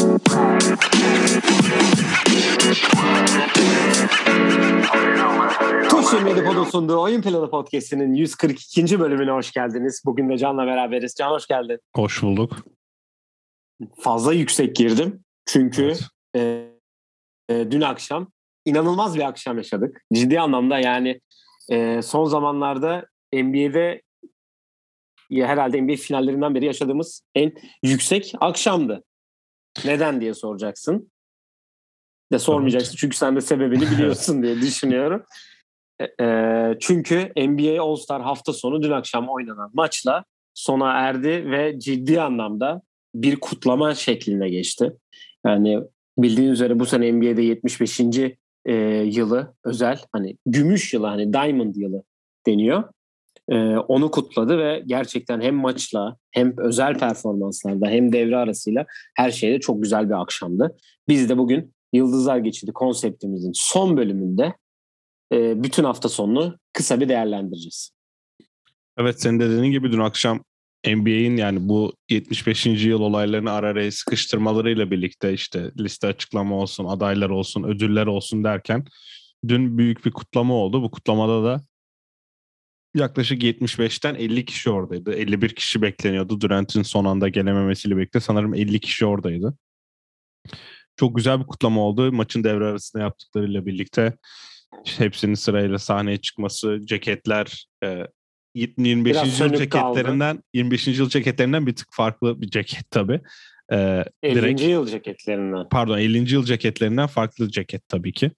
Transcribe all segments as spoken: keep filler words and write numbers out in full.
Tuşin Medipod'un sunduğu Oyun Planı Podcast'inin yüz kırk ikinci bölümüne hoş geldiniz. Bugün de Can'la beraberiz. Can hoş geldin. Hoş bulduk. Fazla yüksek girdim. Çünkü Evet. e, e, dün akşam inanılmaz bir akşam yaşadık. Ciddi anlamda yani e, son zamanlarda N B A'de ya herhalde N B A finallerinden beri yaşadığımız en yüksek akşamdı. Neden diye soracaksın. De sormayacaksın çünkü sen de sebebini biliyorsun diye düşünüyorum. E, e, çünkü N B A All-Star hafta sonu dün akşam oynanan maçla sona erdi ve ciddi anlamda bir kutlama şekline geçti. Yani bildiğin üzere bu sene N B A'de yetmiş beşinci E, yılı özel, hani gümüş yılı, hani Diamond yılı deniyor. E, onu kutladı ve gerçekten hem maçla hem özel performanslarda hem devre arasıyla her şeyde çok güzel bir akşamdı. Biz de bugün Yıldızlar Geçidi konseptimizin son bölümünde e, bütün hafta sonunu kısa bir değerlendireceğiz. Evet, senin de dediğin gibi dün akşam N B A'in yani bu yetmiş beşinci yıl olaylarını ara araya sıkıştırmalarıyla birlikte işte liste açıklama olsun, adaylar olsun, ödüller olsun derken dün büyük bir kutlama oldu. Bu kutlamada da yaklaşık yetmiş beşten elli kişi oradaydı. elli bir kişi bekleniyordu. Durant'in son anda gelememesiyle birlikte sanırım elli kişi oradaydı. Çok güzel bir kutlama oldu. Maçın devre arasında yaptıklarıyla birlikte işte hepsinin sırayla sahneye çıkması, ceketler, e, yirmi beşinci yıl ceketlerinden kaldı. yirmi beşinci yıl ceketlerinden bir tık farklı bir ceket tabii. Ee, ellinci direkt, yıl ceketlerinden. Pardon ellinci yıl ceketlerinden farklı ceket tabii ki.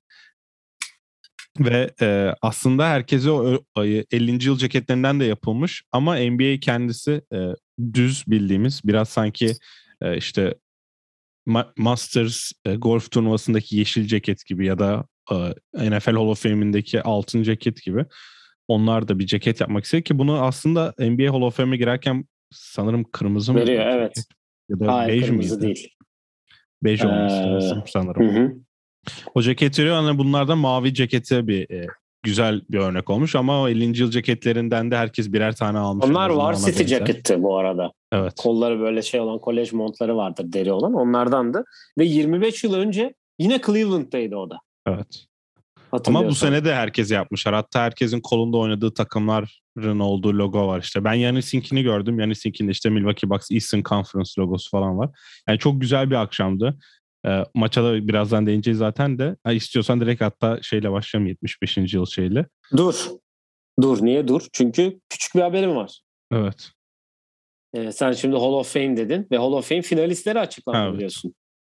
Ve e, aslında herkese o ellinci yıl ceketlerinden de yapılmış ama N B A kendisi e, düz bildiğimiz biraz sanki e, işte Ma- Masters e, golf turnuvasındaki yeşil ceket gibi ya da e, N F L Hall of Fame'indeki altın ceket gibi. Onlar da bir ceket yapmak istiyor ki bunu aslında N B A Hall of Fame'e girerken sanırım kırmızı mı? Veriyor, evet. Ya da Hayır, bej kırmızı miydi? değil. Bej Ee, olması lazım sanırım. Hı hı. O ceket veriyor. Yani bunlardan mavi cekete bir e, güzel bir örnek olmuş ama o ellinci yıl ceketlerinden de herkes birer tane almış. Onlar varsity ceketti bu arada. Evet. Kolları böyle şey olan kolej montları vardır, deri olan, onlardandı. Ve yirmi beş yıl önce yine Cleveland'daydı o da. Evet. Ama bu sene de herkes yapmışlar. Hatta herkesin kolunda oynadığı takımların olduğu logo var işte. Ben Giannis'inkini gördüm. Giannis'inkinde işte Milwaukee Bucks Eastern Conference logosu falan var. Yani çok güzel bir akşamdı. E, maça da birazdan değineceğiz zaten de. Ha, istiyorsan direkt hatta şeyle başlayalım, yetmiş beşinci yıl şeyle. Dur. Dur. Niye dur? Çünkü küçük bir haberim var. Evet. Ee, sen şimdi Hall of Fame dedin ve Hall of Fame finalistleri açıklandı, evet. biliyorsun.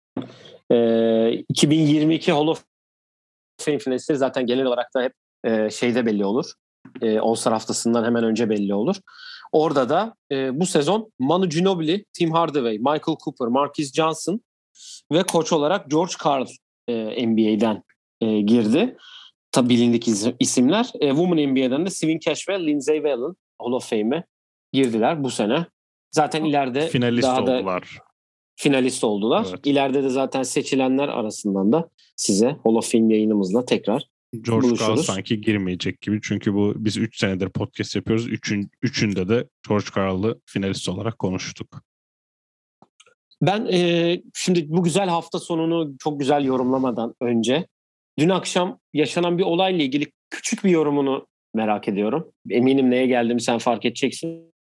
Ee, iki bin yirmi iki Hall of Fame finalistleri zaten genel olarak da hep e, şeyde belli olur. E, All-Star haftasından hemen önce belli olur. Orada da e, bu sezon Manu Ginobili, Tim Hardaway, Michael Cooper, Marquise Johnson ve koç olarak George Karl e, N B A'den e, girdi. Tabi bilindik isimler. E, Women N B A'den de Swin Cash ve Lindsay Whalen Hall of Fame'e girdiler bu sene. Zaten ileride finalist daha oldular. da finalist oldular. Evet. İleride de zaten seçilenler arasından da size Hall of Fame yayınımızla tekrar George buluşuruz. Karl sanki girmeyecek gibi. Çünkü bu biz üç senedir podcast yapıyoruz. Üçün, üçünde de George Karl'ı finalist olarak konuştuk. Ben e, şimdi bu güzel hafta sonunu çok güzel yorumlamadan önce dün akşam yaşanan bir olayla ilgili küçük bir yorumunu merak ediyorum. Eminim neye geldiğimi sen fark edeceksin.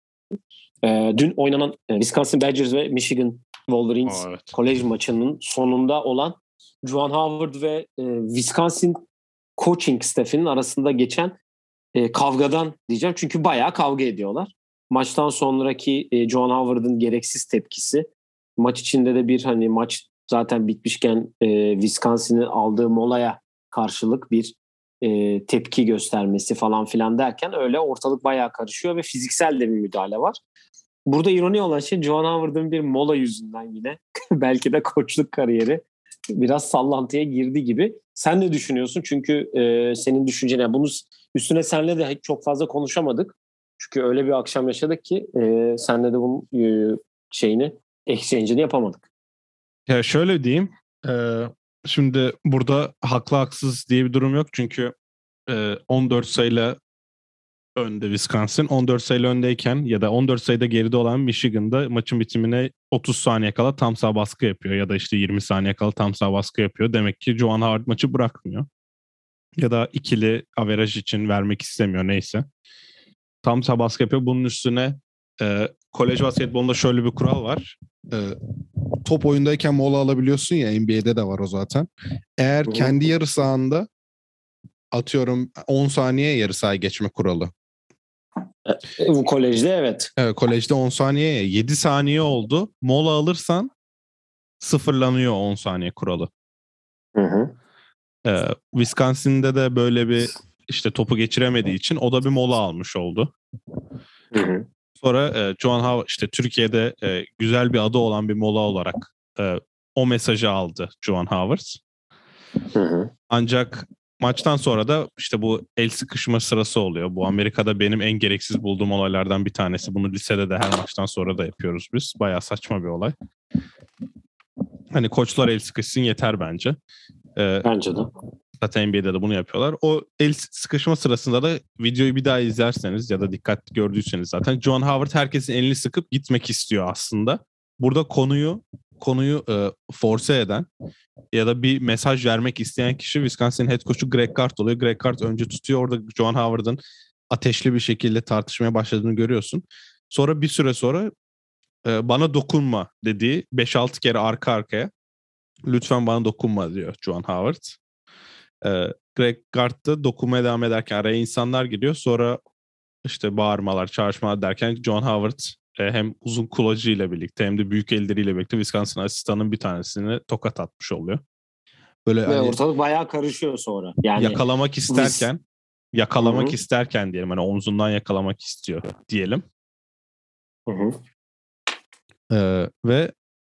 E, dün oynanan e, Wisconsin Badgers ve Michigan Wolverines Aa, evet. kolej maçının sonunda olan Juwan Howard ve e, Wisconsin coaching staff'inin arasında geçen e, kavgadan diyeceğim. Çünkü bayağı kavga ediyorlar. Maçtan sonraki e, Juwan Howard'ın gereksiz tepkisi, maç içinde de bir hani maç zaten bitmişken e, Wisconsin'in aldığı molaya karşılık bir e, tepki göstermesi falan filan derken öyle ortalık bayağı karışıyor ve fiziksel de bir müdahale var. Burada ironi olan şey Juwan Howard'ın bir mola yüzünden yine belki de koçluk kariyeri biraz sallantıya girdi gibi. Sen ne düşünüyorsun? Çünkü e, senin düşüncen, yani bunu üstüne senle de hiç çok fazla konuşamadık. Çünkü öyle bir akşam yaşadık ki e, senle de bunun e, şeyini, exchange'ini yapamadık. Ya şöyle diyeyim. E, şimdi burada haklı haksız diye bir durum yok. Çünkü e, on dört sayıyla önde Wisconsin. on dört sayılı öndeyken ya da on dört sayıda geride olan Michigan'da maçın bitimine otuz saniye kala tam sağ baskı yapıyor. Ya da işte yirmi saniye kala tam sağ baskı yapıyor. Demek ki Juwan Howard maçı bırakmıyor. Ya da ikili averaj için vermek istemiyor, neyse. Tam sağ baskı yapıyor. Bunun üstüne e, kolej basketbolunda şöyle bir kural var. E, top oyundayken mola alabiliyorsun ya, N B A'de de var o zaten. Eğer Hı-hı. kendi yarı sahanda, atıyorum on saniye yarı sahaya geçme kuralı. E, bu kolejde evet. Evet, kolejde on saniyeye yedi saniye oldu. Mola alırsan sıfırlanıyor on saniye kuralı. Hı hı. Ee, Wisconsin'de de böyle bir işte topu geçiremediği için o da bir mola almış oldu. Hı hı. Sonra e, Juwan Howard işte Türkiye'de e, güzel bir adı olan bir mola olarak e, o mesajı aldı Juwan Howard. Hı hı. Ancak maçtan sonra da işte bu el sıkışma sırası oluyor. Bu Amerika'da benim en gereksiz bulduğum olaylardan bir tanesi. Bunu lisede de her maçtan sonra da yapıyoruz biz. Bayağı saçma bir olay. Hani koçlar el sıkışsın yeter bence. Ee, Bence de. Zaten N B A'de de bunu yapıyorlar. O el sıkışma sırasında da videoyu bir daha izlerseniz ya da dikkat gördüyseniz zaten Juwan Howard herkesin elini sıkıp gitmek istiyor aslında. Burada konuyu konuyu e, force eden ya da bir mesaj vermek isteyen kişi Wisconsin head coach'u Greg Gard oluyor. Greg Gard önce tutuyor. Orada Juwan Howard'ın ateşli bir şekilde tartışmaya başladığını görüyorsun. Sonra bir süre sonra e, bana dokunma dediği beş altı kere arka arkaya lütfen bana dokunma diyor Juwan Howard. E, Greg Gard da dokunmaya devam ederken araya insanlar giriyor. Sonra işte bağırmalar, çağrışmalar derken Juwan Howard e, hem uzun kulacıyla birlikte hem de büyük elleriyle birlikte Wisconsin asistanının bir tanesini tokat atmış oluyor. Böyle Ve hani ortalık bayağı karışıyor sonra. Yani yakalamak isterken biz... yakalamak Hı-hı. isterken diyelim, hani omzundan yakalamak istiyor diyelim. Hı-hı. Ee, ve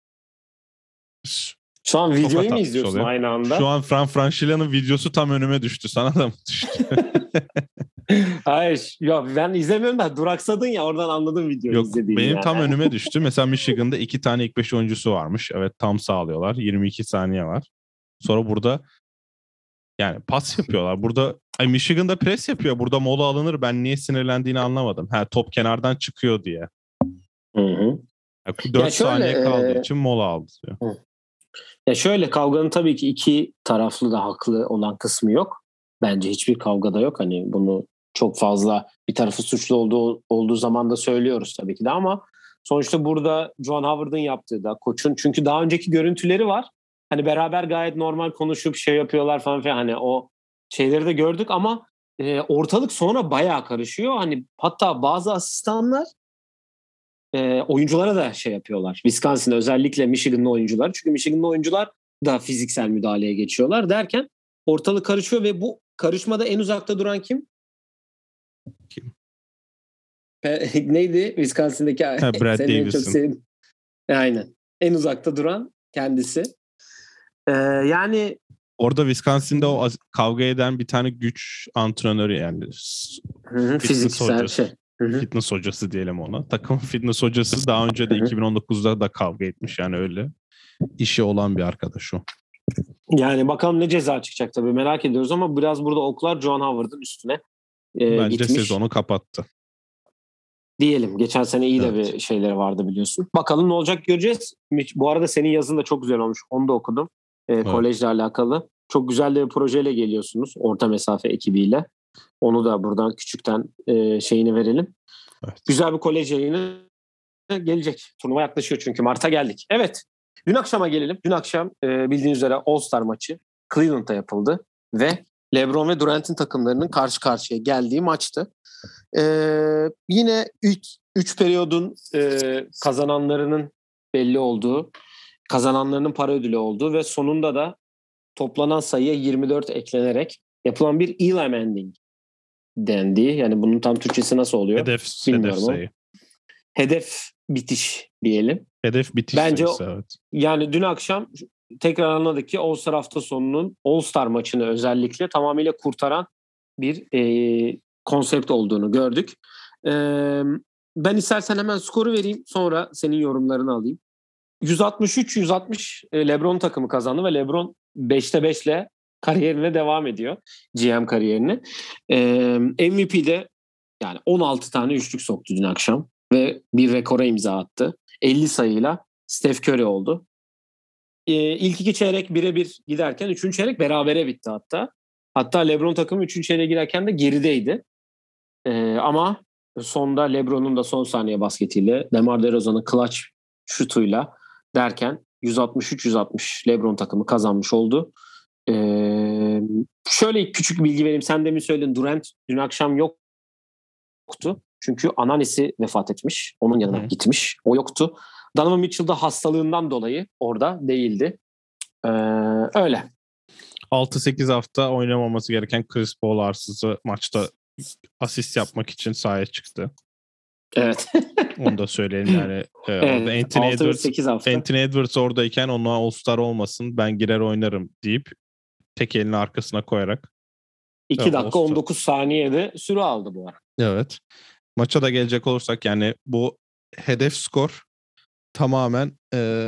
şu an videoyu mu atmış izliyorsun oluyor. aynı anda? Şu an Fran Fraschilla'nın videosu tam önüme düştü. Sana da mı düştü? Hayır. Ya ben izlemiyorum da duraksadın ya, oradan anladım videoyu Yok, izlediğini. benim yani. tam önüme düştü. Mesela Michigan'da iki tane ilk beş oyuncusu varmış. Evet, tam sağlıyorlar. yirmi iki saniye var. Sonra burada yani pas yapıyorlar. Burada ay Michigan'da pres yapıyor. Burada mola alınır. Ben niye sinirlendiğini anlamadım. Ha, top kenardan çıkıyor diye. Hı hı. Yani dört Ya şöyle, saniye kaldığı e... için mola aldı diyor. Hı. Ya şöyle, kavganın tabii ki iki taraflı da haklı olan kısmı yok. Bence hiçbir kavgada yok. Hani bunu çok fazla bir tarafı suçlu olduğu olduğu zaman da söylüyoruz tabii ki de, ama sonuçta burada Juwan Howard'ın yaptığı da koçun, çünkü daha önceki görüntüleri var. Hani beraber gayet normal konuşup şey yapıyorlar falan filan, hani o şeyleri de gördük ama e, ortalık sonra bayağı karışıyor. Hani hatta bazı asistanlar e, oyunculara da şey yapıyorlar. Wisconsin'da özellikle Michigan'lı oyuncular. Çünkü Michigan'lı oyuncular da fiziksel müdahaleye geçiyorlar derken ortalık karışıyor ve bu karışmada en uzakta duran kim? Kim? Neydi? Wisconsin'daki Ha, Brad senin en çok Davison. sevdiğin. Aynen. En uzakta duran kendisi. Ee, yani Orada Wisconsin'de o az- kavga eden bir tane güç antrenörü, yani hı, fitness fiziksel hocası. şey. Hı hı. Fitness hocası diyelim ona. Takım fitness hocası daha önce de Hı hı. iki bin on dokuzda da kavga etmiş, yani öyle işi olan bir arkadaş o. Yani bakalım ne ceza çıkacak tabii, merak ediyoruz ama biraz burada oklar Juwan Howard'ın üstüne e, Bence gitmiş. sezonu kapattı. Diyelim. Geçen sene iyi Evet. de bir şeyleri vardı biliyorsun. Bakalım ne olacak, göreceğiz. Bu arada senin yazın da çok güzel olmuş. Onu da okudum. E, Evet. Kolejle alakalı. Çok güzel de bir projeyle geliyorsunuz. Orta mesafe ekibiyle. Onu da buradan küçükten e, şeyini verelim. Evet. Güzel bir kolej yayını gelecek. Turnuva yaklaşıyor çünkü. Mart'a geldik. Evet. Dün akşama gelelim. Dün akşam e, bildiğiniz üzere All-Star maçı Cleveland'da yapıldı. Ve LeBron ve Durant'in takımlarının karşı karşıya geldiği maçtı. Ee, yine üç periyodun e, kazananlarının belli olduğu, kazananlarının para ödülü olduğu ve sonunda da toplanan sayıya yirmi dört eklenerek yapılan bir elam ending dendiği. Yani bunun tam Türkçesi nasıl oluyor? Hedef, bilmiyorum hedef sayı. ama. Hedef bitiş diyelim. Hedef bitiş Bence sayısı, evet. Yani dün akşam tekrar anladık ki All-Star hafta sonunun All-Star maçını özellikle tamamıyla kurtaran bir e, konsept olduğunu gördük. E, ben istersen hemen skoru vereyim, sonra senin yorumlarını alayım. yüz altmış üç yüz altmış LeBron takımı kazandı ve LeBron beşte beşle kariyerine devam ediyor. G M kariyerini. E, M V P'de Yani on altı tane üçlük soktu dün akşam ve bir rekora imza attı. elli sayıyla Steph Curry oldu. Ee, ilk iki çeyrek birebir giderken üçüncü çeyrek berabere bitti hatta. Hatta LeBron takımı üçüncü çeyreğe girerken de gerideydi. Ee, ama sonda LeBron'un da son saniye basketiyle DeMar DeRozan'ın clutch şutuyla derken yüz altmış üç yüz altmış LeBron takımı kazanmış oldu. Ee, şöyle küçük bilgi vereyim. Sen demin söyledin Durant dün akşam yoktu. Çünkü anneannesi vefat etmiş. Onun yanına Hı. gitmiş. O yoktu. Donovan Mitchell da hastalığından dolayı orada değildi. Ee, öyle. altı sekiz hafta oynamaması gereken Chris Paul arsızı maçta asist yapmak için sahaya çıktı. Evet. Onu da söyleyelim yani. E, evet, orada Anthony Edwards, Anthony Edwards oradayken ona All-Star olmasın ben girer oynarım deyip tek elini arkasına koyarak. iki evet, dakika on dokuz saniyede süre aldı bu ara. Evet. Maça da gelecek olursak yani bu hedef skor tamamen e,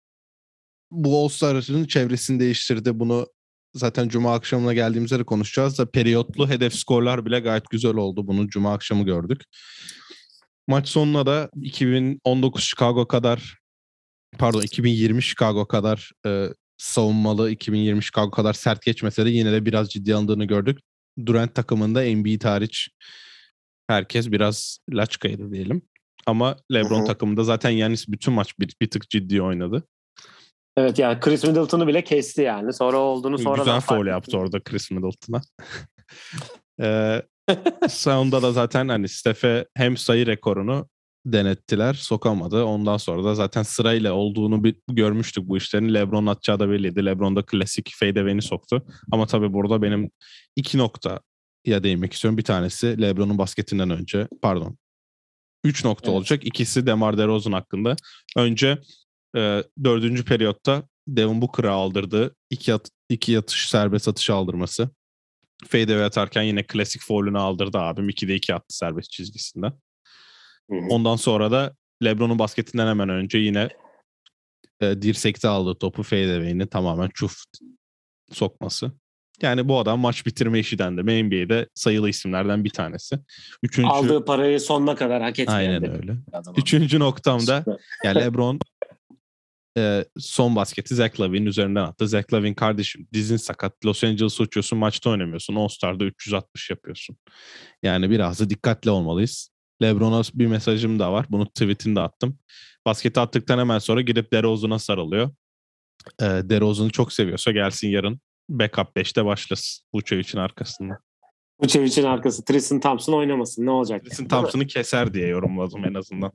bu All-Star'ın çevresini değiştirdi. Bunu zaten Cuma akşamına geldiğimizde de konuşacağız da periyotlu hedef skorlar bile gayet güzel oldu. Bunu Cuma akşamı gördük. Maç sonuna da iki bin on dokuz Chicago kadar pardon iki bin yirmi Chicago kadar e, savunmalı, iki bin yirmi Chicago kadar sert geçmese de yine de biraz ciddi alındığını gördük. Durant takımında Embiid hariç herkes biraz laçkaydı diyelim. Ama LeBron Hı-hı. takımında zaten Giannis bütün maç bir, bir tık ciddi oynadı. Evet yani Chris Middleton'u bile kesti yani. Sonra olduğunu sonra Güzel foul yaptı orada Chris Middleton'a. ee, sonunda da zaten hani Steph'e hem sayı rekorunu denettiler, sokamadı. Ondan sonra da zaten sırayla olduğunu bir görmüştük bu işlerin. LeBron atacağı da belliydi. LeBron da klasik fadeaway'ini soktu. Ama tabii burada benim iki noktaya değinmek istiyorum. Bir tanesi LeBron'un basketinden önce, pardon. Üç nokta evet. olacak. İkisi DeMar DeRozan hakkında. Önce e, dördüncü periyotta Devin Booker'a aldırdığı iki, at, iki yatış serbest atış aldırması. Fadeaway atarken yine klasik foul'ünü aldırdı abim. ikide iki attı serbest çizgisinden. Hı hı. Ondan sonra da LeBron'un basketinden hemen önce yine e, dirsekte aldığı topu fadeaway'ini tamamen çuf sokması. Yani bu adam maç bitirme işi dendi. N B A'de sayılı isimlerden bir tanesi. Üçüncü... Aldığı parayı sonuna kadar hak etmeyen. Aynen öyle. Üçüncü noktamda yani LeBron e, son basketi Zach LaVine'in üzerinden attı. Zach LaVine kardeşim dizin sakat. Los Angeles'ı uçuyorsun, maçta oynamıyorsun. All-Star'da üç yüz altmış yapıyorsun. Yani biraz da dikkatli olmalıyız. LeBron'a bir mesajım da var. Bunu tweetini de attım. Basketi attıktan hemen sonra gidip DeRozan'a sarılıyor. E, DeRozan'ı çok seviyorsa gelsin yarın backup beşte başlasın. Vucevic'in arkasında. Vucevic'in arkası. Tristan Thompson oynamasın. Ne olacak? Tristan Thompson'ı keser diye yorumladım en azından.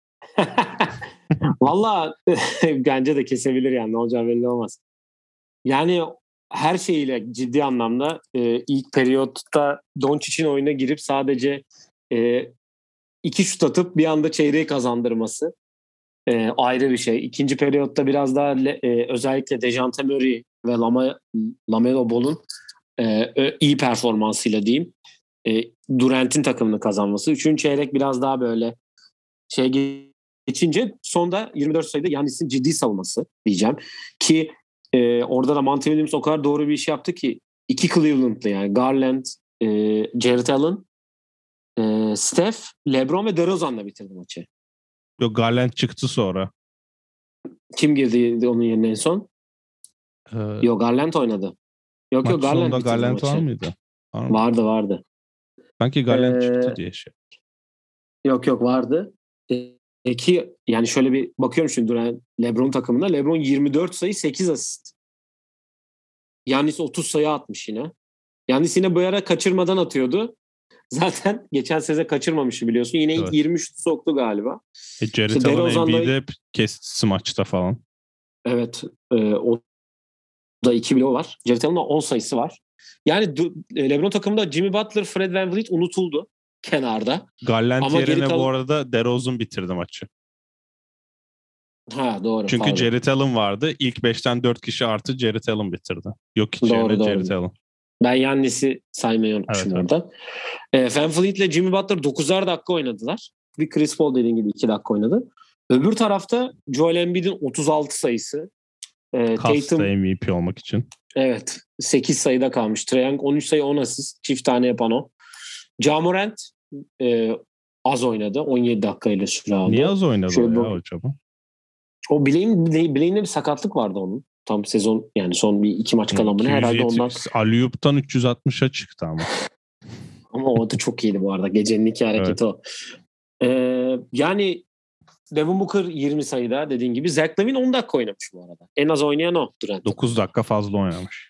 Valla bence de kesebilir yani. Ne olacağı belli olmaz. Yani her şeyiyle ciddi anlamda e, ilk periyotta Doncic'in oyuna girip sadece e, iki şut atıp bir anda çeyreği kazandırması e, ayrı bir şey. İkinci periyotta biraz daha e, özellikle Dejounte Murray ve Lama, LaMelo Ball'un e, iyi performansıyla diyeyim e, Durant'in takımını kazanması. Üçüncü çeyrek biraz daha böyle şey geçince sonda yirmi dört sayıda Giannis'in ciddi savunması diyeceğim. Ki e, orada da Monty Williams o kadar doğru bir iş yaptı ki iki Cleveland'lı yani Garland, e, Jarrett Allen, e, Steph, LeBron ve DeRozan'la bitirdi maçı. Yok Garland çıktı sonra. Kim girdi onun yerine en son? Ee, yok Garland oynadı. Yok maç yok Garland sonunda bitirdi Garland maçı. var mıydı? Var mı? Vardı vardı. Sanki Garland ee, çıktı diye şey. Yok yok vardı. E, ki yani şöyle bir bakıyorum şimdi Durant, LeBron takımında. LeBron yirmi dört sayı sekiz asist. Giannis otuz sayı atmış yine. Giannis yine bu ara kaçırmadan atıyordu. Zaten geçen sene kaçırmamıştı biliyorsun. Yine evet. yirmi üç soktu galiba. E, Jarrett işte Allen Embiid'i hep kesti maçta falan. Evet. E, o da iki bloğu var. Jarrett Allen'da on sayısı var. Yani LeBron takımında Jimmy Butler, Fred VanVleet unutuldu kenarda. Garland Ama yerine kal- bu arada DeRozan bitirdi maçı. Ha doğru. Çünkü pardon. Jarrett Allen vardı. İlk beşten dört kişi artı Jarrett Allen bitirdi. Yok hiç yerine Jarrett Allen. Ben Giannis'i saymayı unutmuşum evet, orada. Evet. E, VanVleet ile Jimmy Butler dokuzar dakika oynadılar. Bir Chris Paul dediğin gibi iki dakika oynadı. Öbür tarafta Joel Embiid'in otuz altı sayısı. E, Tatum M V P olmak için. Evet. sekiz sayıda kalmış. Trae Young on üç sayı on asist. Çift tane yapan o. Ja Morant e, az oynadı. on yedi dakikayla süre aldı. Niye az oynadı Şöyle o ya hocam? O bileğin, bileğinde bir sakatlık vardı onun. Tam sezon yani son bir iki maç kalan bunu herhalde ondan. Aliyup'tan üç yüz altmışa çıktı ama. Ama o da çok iyiydi bu arada. Gecenin iki hareketi evet. o. Ee, yani Devin Booker yirmi sayıda dediğin gibi. Zach LaVine on dakika oynamış bu arada. En az oynayan o. Durant. dokuz dakika fazla oynamış.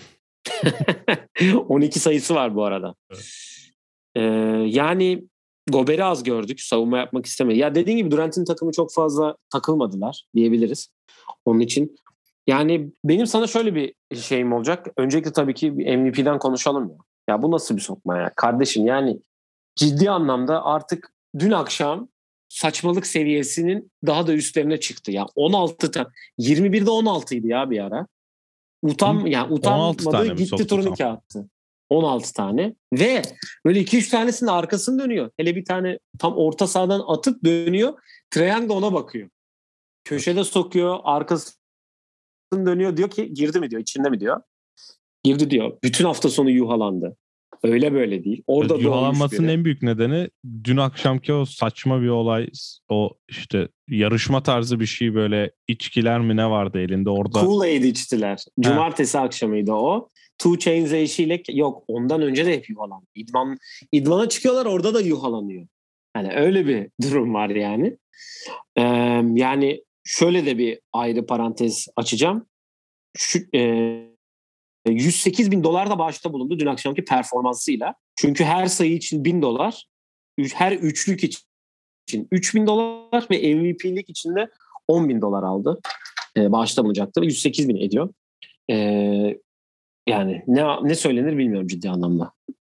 on iki sayısı var bu arada. Evet. Ee, yani Gobert'i az gördük. Savunma yapmak istemedi. Ya dediğin gibi Durant'in takımı çok fazla takılmadılar diyebiliriz. Onun için yani benim sana şöyle bir şeyim olacak. Öncelikle tabii ki M V P'den konuşalım ya. Ya bu nasıl bir sokma ya? Kardeşim yani ciddi anlamda artık dün akşam saçmalık seviyesinin daha da üstlerine çıktı. Ya on altı tane. yirmi birde on altıydı ya bir ara. Utan, yani utanmadı gitti turnike attı. on altı tane ve böyle iki üç tanesinin arkasını dönüyor. Hele bir tane tam orta sahadan atıp dönüyor. Trae Young da ona bakıyor. Köşede sokuyor, arkasını dönüyor, diyor ki girdi mi diyor, içinde mi diyor. Girdi diyor. Bütün hafta sonu yuhalandı. Öyle böyle değil. Orada yuhalanmasının en büyük nedeni dün akşamki o saçma bir olay, o işte yarışma tarzı bir şey, böyle içkiler mi ne vardı elinde orada. Kool-Aid içtiler. Cumartesi ha. akşamıydı o. Two Chainz eşiyle yok ondan önce de hep yuhalandı. İdman, idmana çıkıyorlar, orada da yuhalanıyor. Yani öyle bir durum var yani. Ee, yani şöyle de bir ayrı parantez açacağım. Şu, e, yüz sekiz bin dolar da bağışta bulundu dün akşamki performansıyla. Çünkü her sayı için bin dolar, her üçlük için üç bin dolar ve M V P'lik için de on bin dolar aldı. Ee, bağışta bulunacaktı. yüz sekiz bin ediyor. Ee, yani ne ne söylenir bilmiyorum ciddi anlamda.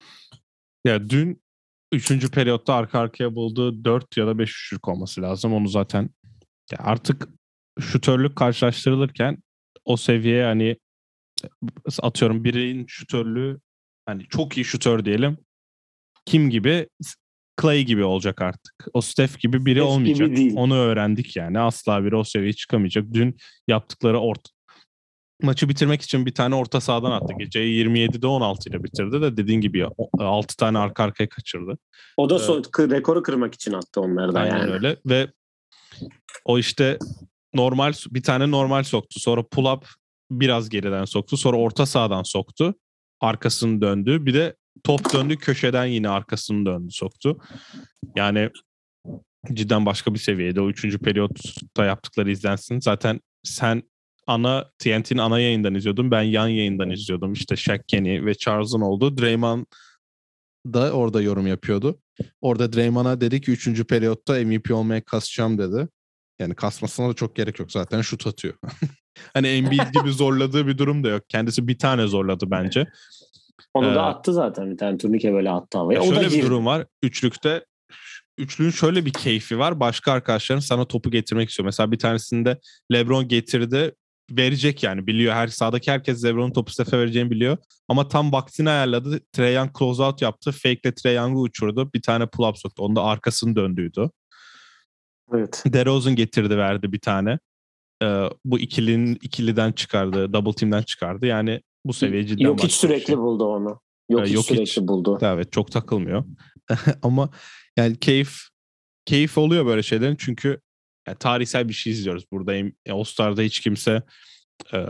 Ya dün üçüncü periyotta arka arkaya bulduğu dört ya da beş üçlük olması lazım. Onu zaten ya artık şutörlük karşılaştırılırken o seviyeye hani atıyorum birinin şutörlüğü hani çok iyi şutör diyelim. Kim gibi? Clay gibi olacak artık. O Steph gibi biri Steph olmayacak. Gibi Onu öğrendik yani. Asla biri o seviyeye çıkamayacak. Dün yaptıkları orta maçı bitirmek için bir tane orta sahadan attı. Geceyi yirmi yedide on altı ile bitirdi de dediğin gibi altı tane arka arkaya kaçırdı. O da son, ee, rekoru kırmak için attı onları da aynen yani. Aynen öyle ve o işte normal bir tane normal soktu. Sonra pull up biraz geriden soktu. Sonra orta sahadan soktu. Arkasını döndü. Bir de top döndü köşeden yine arkasını döndü soktu. Yani cidden başka bir seviyede. O üçüncü periyotta yaptıkları izlensin. Zaten sen ana T N T'nin ana yayından izliyordun. Ben yan yayından izliyordum. İşte Shaq Kenny ve Charles'ın oldu. Draymond da orada yorum yapıyordu. Orada Draymond'a dedi ki üçüncü periyotta M V P olmaya kasacağım dedi. Yani kasmasına da çok gerek yok. Zaten şut atıyor. Hani Embiid gibi zorladığı bir durum da yok. Kendisi bir tane zorladı bence. Onu ee, da attı zaten. Bir tane turnike böyle attı havaya. Şöyle bir durum var. Üçlükte üçlüğün şöyle bir keyfi var. Başka arkadaşların sana topu getirmek istiyor. Mesela bir tanesinde LeBron getirdi. Verecek yani biliyor. Her sahadaki herkes LeBron'un topu Steph'e vereceğini biliyor. Ama tam vaktini ayarladı. Trae Young close out yaptı. Fake'le Trae Young'u uçurdu. Bir tane pull up soktu. Onda arkasını döndüydü. Evet. DeRozan getirdi verdi bir tane. Ee, bu ikilinin ikiliden çıkardı. Double team'den çıkardı. Yani bu seviye cidden Yok hiç sürekli şey. buldu onu. Yok, ee, hiç yok sürekli hiç, buldu. Evet çok takılmıyor. Ama yani keyif keyif oluyor böyle şeylerin çünkü yani tarihsel bir şey izliyoruz. Burada All-Star'da hiç kimse e,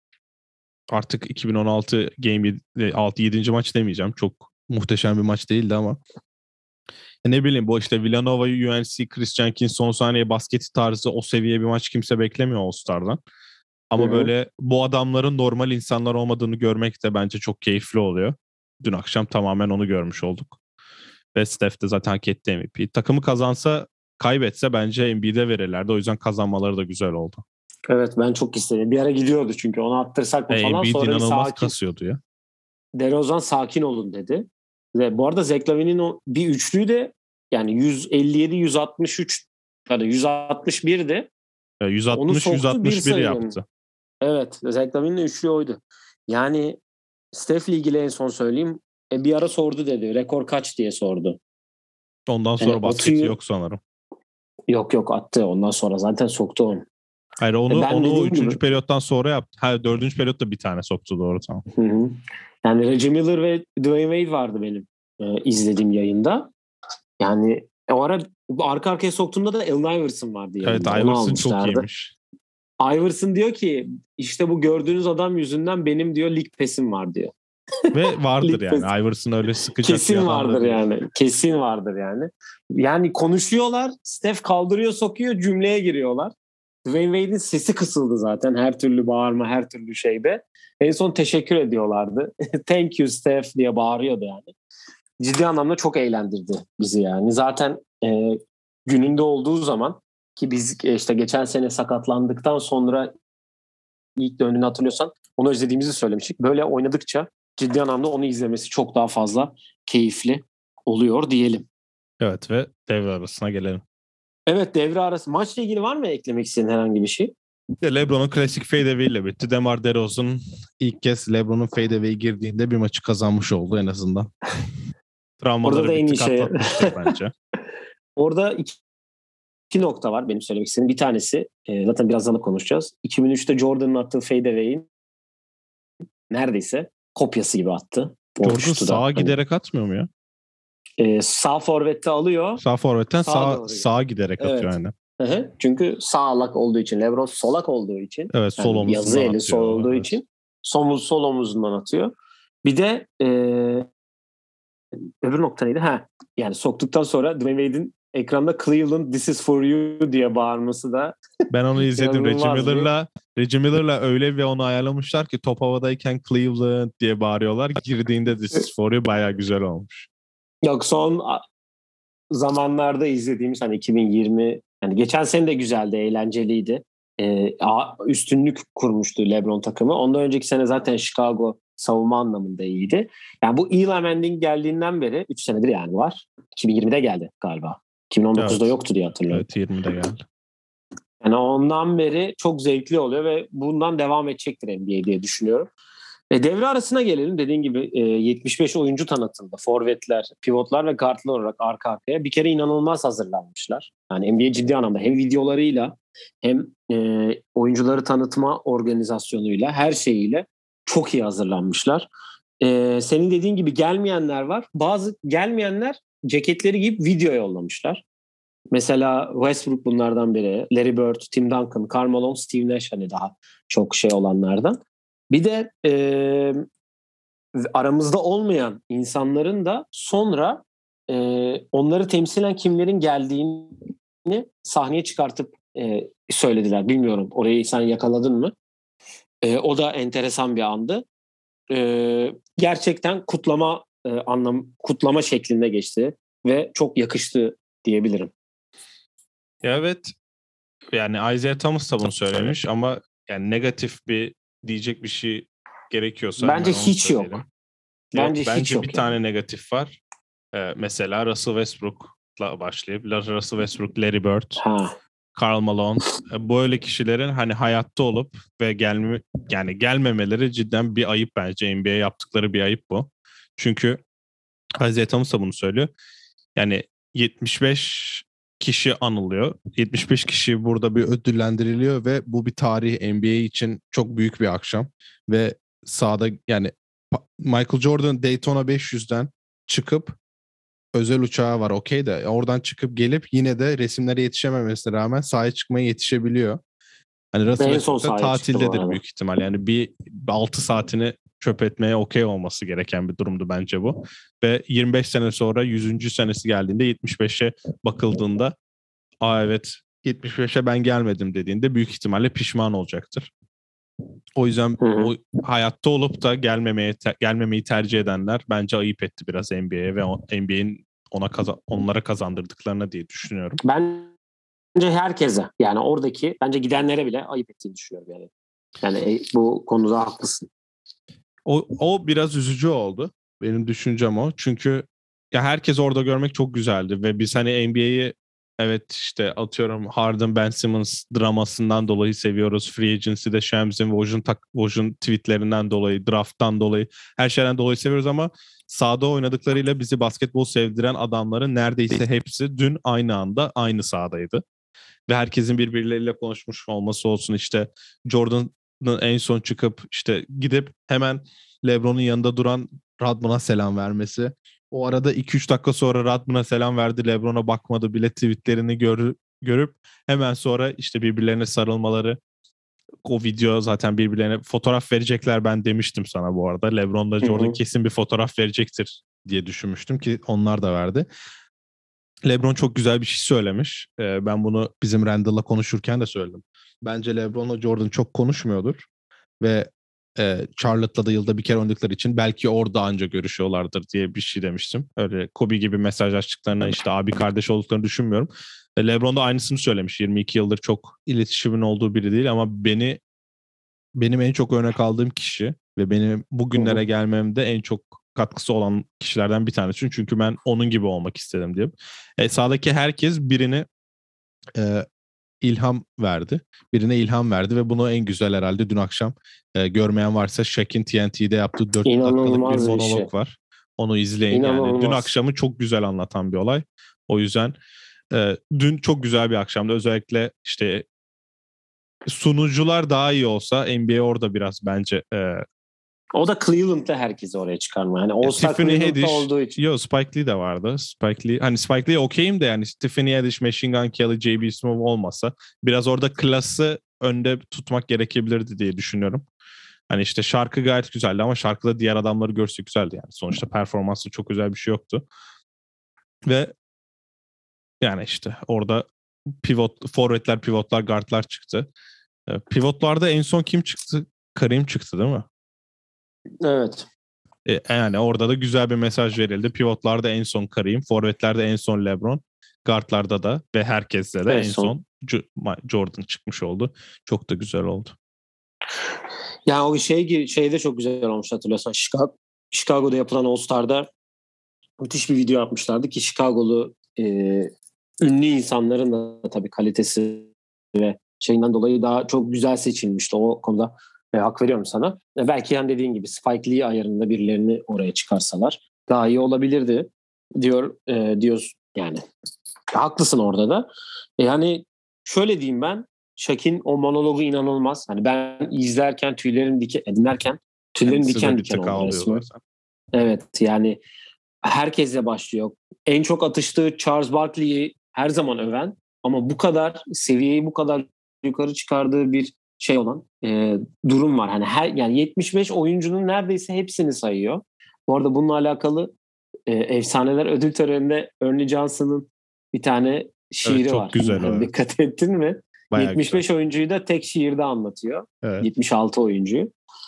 artık iki bin on altı Game altı yedinci maç demeyeceğim. Çok muhteşem bir maç değildi ama ne bileyim bu işte Villanova, U N C, Chris Jenkins son saniye basketi tarzı o seviye bir maç kimse beklemiyor All-Star'dan. Ama Hı-hı. böyle bu adamların normal insanlar olmadığını görmek de bence çok keyifli oluyor. Dün akşam tamamen onu görmüş olduk. Ve Steph de zaten hak etti M V P. Takımı kazansa, kaybetse bence Embiid'e verirlerdi. O yüzden kazanmaları da güzel oldu. Evet ben çok istedim. Bir ara gidiyordu çünkü onu attırsak mı e, falan. Embiid sonra inanılmaz sakin, kasıyordu ya. DeRozan sakin olun dedi. Ve bu arada Zach LaVine'in o bir üçlüğü de yani yüz elli yedi yüz altmış üç yani yüz altmış birdi. E, yüz altmış yüz altmış bir yaptı. Evet. Zach LaVine'in üçlüğü oydu. Yani Steph'le ilgili en son söyleyeyim. E, bir ara sordu dedi. Rekor kaç diye sordu. Ondan sonra e, basketi otuz... yok sanırım. Yok yok attı. Ondan sonra zaten soktu onu. Hayır onu e onu üçüncü gibi... periyottan sonra yaptı. Ha dördüncü periyotta bir tane soktu doğru tamam. Hı hı. Yani Reggie Miller ve Dwayne Wade vardı benim e, izlediğim yayında. Yani e, o ara arka arkaya soktuğumda da Allen Iverson vardı yanında. Evet, Onu Iverson çok almışlardı. iyiymiş. Iverson diyor ki işte bu gördüğünüz adam yüzünden benim diyor lig pesim var diyor. Ve vardır Lig yani. pes- Iverson öyle sıkacak bir Kesin adam da vardır değil. yani. Kesin vardır yani. Yani konuşuyorlar. Steph kaldırıyor sokuyor cümleye giriyorlar. Dwayne Wade'in sesi kısıldı zaten. Her türlü bağırma, her türlü şeyde. En son teşekkür ediyorlardı. Thank you Steph diye bağırıyordu yani. Ciddi anlamda çok eğlendirdi bizi yani. Zaten e, gününde olduğu zaman ki biz e, işte geçen sene sakatlandıktan sonra ilk döndüğünü hatırlıyorsan onu özlediğimizi söylemiştik. Böyle oynadıkça ciddi anlamda onu izlemesi çok daha fazla keyifli oluyor diyelim. Evet ve devre arasına gelelim. Evet, devre arası. Maçla ilgili var mı eklemek istediğin herhangi bir şey? LeBron'un klasik fadeaway ile bitti. DeMar DeRozan ilk kez LeBron'un fadeaway girdiğinde bir maçı kazanmış oldu en azından. Travmaları Orada da bir en iyi tık şey. atlatmıştır bence. Orada iki, iki nokta var benim söylemek istediğim. Bir tanesi e, zaten birazdan da konuşacağız. iki bin üçte Jordan'ın attığı fadeaway'in neredeyse kopyası gibi attı. Jordan Olmuştu sağa da. giderek atmıyor mu ya? E, sağ forvette alıyor. Sağ forvetten Sağa sağa, doğru sağa giderek Evet. atıyor aynen. Hı hı. Çünkü sağlak olduğu için, LeBron solak olduğu için, Evet, sol yani yazı omuzundan eli sol atıyor. olduğu Evet. için sol, sol omuzundan atıyor. Bir de e, öbür nokta neydi? Ha, yani soktuktan sonra Dwayne Wade'in ekranda Cleveland this is for you diye bağırması da Ben onu izledim. Reggie İnanılmaz bir- Miller'la Reggie Miller'la öyle bir onu ayarlamışlar ki top havadayken Cleveland diye bağırıyorlar. Girdiğinde this is for you bayağı güzel olmuş. yok son a- zamanlarda izlediğimiz hani iki bin yirmi yani geçen sene de güzeldi, eğlenceliydi. Ee, a- üstünlük kurmuştu LeBron takımı. Ondan önceki sene zaten Chicago savunma anlamında iyiydi. Yani bu Eli Manning geldiğinden beri üç senedir yani var. iki bin yirmide geldi galiba. iki bin on dokuzda Evet. yoktu diye hatırlıyorum. Evet, yirmide geldi. Yani ondan beri çok zevkli oluyor ve bundan devam edecektir N B A diye düşünüyorum. E, devre arasına gelelim. Dediğin gibi e, yetmiş beş oyuncu tanıtıldı. Forvetler, pivotlar ve guardlar olarak arka arkaya. Bir kere inanılmaz hazırlanmışlar. Yani N B A ciddi anlamda hem videolarıyla hem e, oyuncuları tanıtma organizasyonuyla her şeyiyle çok iyi hazırlanmışlar. E, senin dediğin gibi gelmeyenler var. Bazı gelmeyenler ceketleri giyip video yollamışlar. Mesela Westbrook bunlardan biri. Larry Bird, Tim Duncan, Karl Malone, Steve Nash hani daha çok şey olanlardan. Bir de e, aramızda olmayan insanların da sonra e, onları temsilen kimlerin geldiğini sahneye çıkartıp e, söylediler. Bilmiyorum, orayı sen yakaladın mı? E, o da enteresan bir andı. E, gerçekten kutlama e, anlam kutlama şeklinde geçti ve çok yakıştı diyebilirim. Evet. Yani Isaiah Thomas da bunu söylemiş ama yani negatif bir diyecek bir şey gerekiyorsa Bence hemen onu hiç söyleyelim. yok. Yok, Bence hiç bence yok bir yani. tane negatif var. Ee, mesela Russell Westbrook'la başlayıp Russell Westbrook, Larry Bird, Ha. Karl Malone, e, böyle kişilerin hani hayatta olup ve gelme yani gelmemeleri cidden bir ayıp bence. N B A yaptıkları bir ayıp bu. Çünkü Isaiah Thomas da bunu söylüyor. Yani yetmiş beş kişi anılıyor. yetmiş beş kişi burada bir ödüllendiriliyor ve bu bir tarih, N B A için çok büyük bir akşam ve sahada yani Michael Jordan Daytona beş yüzden çıkıp özel uçağı var okey de oradan çıkıp gelip yine de resimlere yetişememesine rağmen sahaya çıkmaya yetişebiliyor. Hani Russell En son Westbrook da sahaya çıktı bu tatildedir arada. büyük ihtimal. Yani bir altı saatini çöp etmeye okey olması gereken bir durumdu bence bu. Ve yirmi beş sene sonra yüzüncü senesi geldiğinde yetmiş beşe bakıldığında aa evet yetmiş beşe ben gelmedim dediğinde büyük ihtimalle pişman olacaktır. O yüzden Hı hı. o hayatta olup da gelmemeye te- gelmemeyi tercih edenler bence ayıp etti biraz N B A'ye ve o, N B A'in ona kaza- onlara kazandırdıklarına diye düşünüyorum. Bence herkese yani oradaki bence gidenlere bile ayıp ettiğini düşünüyorum yani. Yani e, bu konuda haklısın. O, o biraz üzücü oldu. Benim düşüncem o. Çünkü ya herkes orada görmek çok güzeldi ve biz hani N B A'yi evet işte atıyorum Harden Ben Simmons dramasından dolayı seviyoruz. Free Agency'de Shams'in Woj'un, tak, Woj'un tweetlerinden dolayı, drafttan dolayı, her şeyden dolayı seviyoruz ama sahada oynadıklarıyla bizi basketbol sevdiren adamların neredeyse hepsi dün aynı anda aynı sahadaydı. Ve herkesin birbirleriyle konuşmuş olması olsun işte Jordan'ın en son çıkıp işte gidip hemen LeBron'un yanında duran Rodman'a selam vermesi. O arada iki üç dakika sonra Rodman'a selam verdi. LeBron'a bakmadı bile, tweetlerini gör, görüp hemen sonra işte birbirlerine sarılmaları. O video zaten birbirlerine fotoğraf verecekler, ben demiştim sana bu arada. LeBron'la Jordan kesin bir fotoğraf verecektir diye düşünmüştüm ki onlar da verdi. LeBron çok güzel bir şey söylemiş. Ee, ben bunu bizim Randall'la konuşurken de söyledim. Bence LeBron'la Jordan çok konuşmuyordur ve e, Charlotte'la da yılda bir kere oynadıkları için belki orada anca görüşüyorlardır diye bir şey demiştim. Öyle Kobe gibi mesajlaştıklarına, işte abi kardeş olduklarını düşünmüyorum. E, LeBron da aynısını söylemiş. yirmi iki yıldır çok iletişimin olduğu biri değil ama beni benim en çok örnek aldığım kişi ve benim bugünlere gelmemde en çok katkısı olan kişilerden bir tanesi. Çünkü ben onun gibi olmak istedim diye. E, sahadaki herkes birine e, ilham verdi. Birine ilham verdi ve bunu en güzel herhalde dün akşam e, görmeyen varsa Shaq'in T N T'de yaptığı dört dakikalık bir monolog bir şey. var. Onu izleyin. İnanılmaz. Yani dün akşamı çok güzel anlatan bir olay. O yüzden e, dün çok güzel bir akşamdı. Özellikle işte sunucular daha iyi olsa N B A orada biraz bence e, o da Cleveland'da herkesi oraya çıkarma. Yani All-Star Cleveland'da olduğu için. Yo, Spike Lee de vardı. Spike Lee, hani Spike Lee'ye okeyim de yani Tiffany Haddish, Machine Gun Kelly, J B. Smooth olmasa biraz orada klası önde tutmak gerekebilirdi diye düşünüyorum. Hani işte şarkı gayet güzeldi ama şarkıda diğer adamları görsek güzeldi yani. Sonuçta performansı çok güzel bir şey yoktu. Ve yani işte orada pivot, forvetler, pivotlar, guardlar çıktı. Pivotlarda en son kim çıktı? Kareem çıktı değil mi? Evet. E, yani orada da güzel bir mesaj verildi. Pivotlarda en son Kareem, forvetlerde en son LeBron, guardlarda da ve herkeste de en, en son, son Jordan çıkmış oldu. Çok da güzel oldu. Yani o şey şeyde çok güzel olmuş, hatırlıyorsan Chicago, Chicago'da yapılan All-Star'da müthiş bir video yapmışlardı ki Chicago'lu e, ünlü insanların da tabii kalitesi ve şeyinden dolayı daha çok güzel seçilmişti. O konuda e, hak veriyorum sana. E, belki yani dediğin gibi Spike Lee ayarında birilerini oraya çıkarsalar daha iyi olabilirdi diyor e, diyoruz yani. Haklısın orada da. E, yani şöyle diyeyim ben, Shaq'in o monologu inanılmaz. Hani ben izlerken tüylerim diken, dinlerken tüylerim Kendisi diken diken oldu resmen. Zaten. Evet yani herkesle başlıyor. En çok atıştığı Charles Barkley'i her zaman öven ama bu kadar seviyeyi bu kadar yukarı çıkardığı bir şey olan e, durum var. Hani her yani yetmiş beş oyuncunun neredeyse hepsini sayıyor. Bu arada bununla alakalı e, efsaneler ödül töreninde Ernie Johnson'ın bir tane şiiri evet, çok var. güzel. Yani, evet. dikkat ettin mi? Bayağı yetmiş beş güzel. oyuncuyu da tek şiirde anlatıyor. Evet. yetmiş altı oyuncuyu.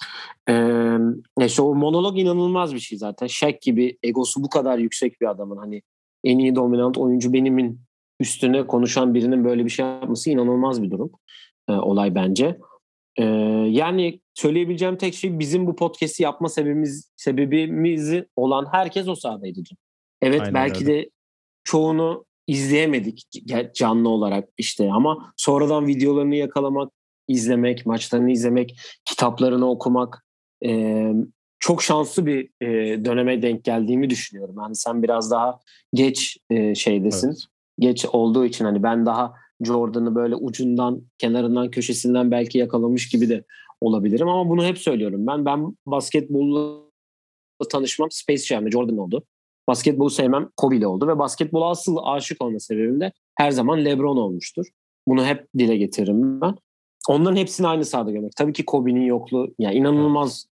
Ee, işte o monolog inanılmaz bir şey zaten. Shaq gibi egosu bu kadar yüksek bir adamın, hani en iyi dominant oyuncu benimin üstüne konuşan birinin böyle bir şey yapması inanılmaz bir durum. Ee, olay bence. Ee, yani söyleyebileceğim tek şey, bizim bu podcast'i yapma sebebimiz sebebimizi olan herkes o sahadaydı. Evet. Aynen belki öyle. De çoğunu izleyemedik canlı olarak işte ama sonradan videolarını yakalamak, izlemek, maçlarını izlemek, kitaplarını okumak, e, çok şanslı bir e, döneme denk geldiğimi düşünüyorum. Yani sen biraz daha geç e, şeydesin. Evet. Geç olduğu için hani ben daha Jordan'ı böyle ucundan, kenarından, köşesinden belki yakalamış gibi de olabilirim ama bunu hep söylüyorum. Ben ben basketbolla tanışmam Space Jam'de Jordan oldu. Basketbolu sevmem Kobe ile oldu ve basketbola asıl aşık olma sebebim de her zaman LeBron olmuştur. Bunu hep dile getiririm ben. Onların hepsini aynı sahada görmek. Tabii ki Kobe'nin yokluğu yani inanılmaz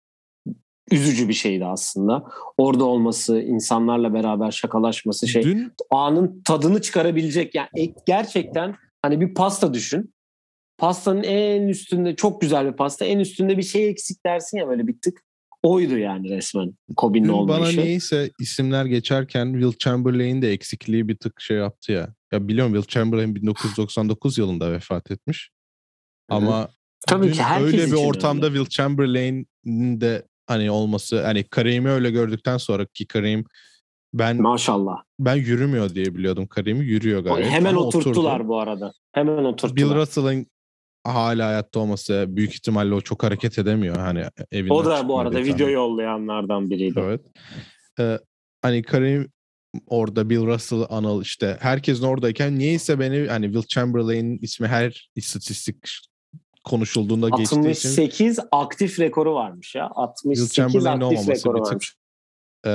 üzücü bir şeydi aslında. Orada olması, insanlarla beraber şakalaşması, şey Dün... anın tadını çıkarabilecek. Yani gerçekten hani bir pasta düşün. Pastanın en üstünde çok güzel bir pasta. En üstünde bir şey eksik dersin ya, böyle bir tık. Oydu yani resmen Kobe'nin olmayışı. Bana niyeyse isimler geçerken Will Chamberlain de eksikliği bir tık şey yaptı ya. Ya biliyorum Will Chamberlain bin dokuz yüz doksan dokuz yılında vefat etmiş. Hı-hı. Ama tabii ki öyle bir ortamda öyle. Will Chamberlain'in de hani olması, hani Kareem'i öyle gördükten sonra ki Kareem ben maşallah ben yürümüyor diye biliyordum. Kareem'i yürüyor gayet. Hemen ama oturttular oturdu. bu arada. Hemen oturttular. Bill Russell'ın hala hayatta olması büyük ihtimalle o çok hareket edemiyor hani evinden. O da bu arada video tahmin. yollayanlardan biriydi. Evet. Ee, hani Kareem orada, Bill Russell, Anıl, işte herkesin oradayken niyeyse beni hani Will Chamberlain'in ismi her istatistik konuşulduğunda geçtiği için altmış sekiz aktif rekoru varmış ya. altmış sekiz aktif rekoru varmış. E,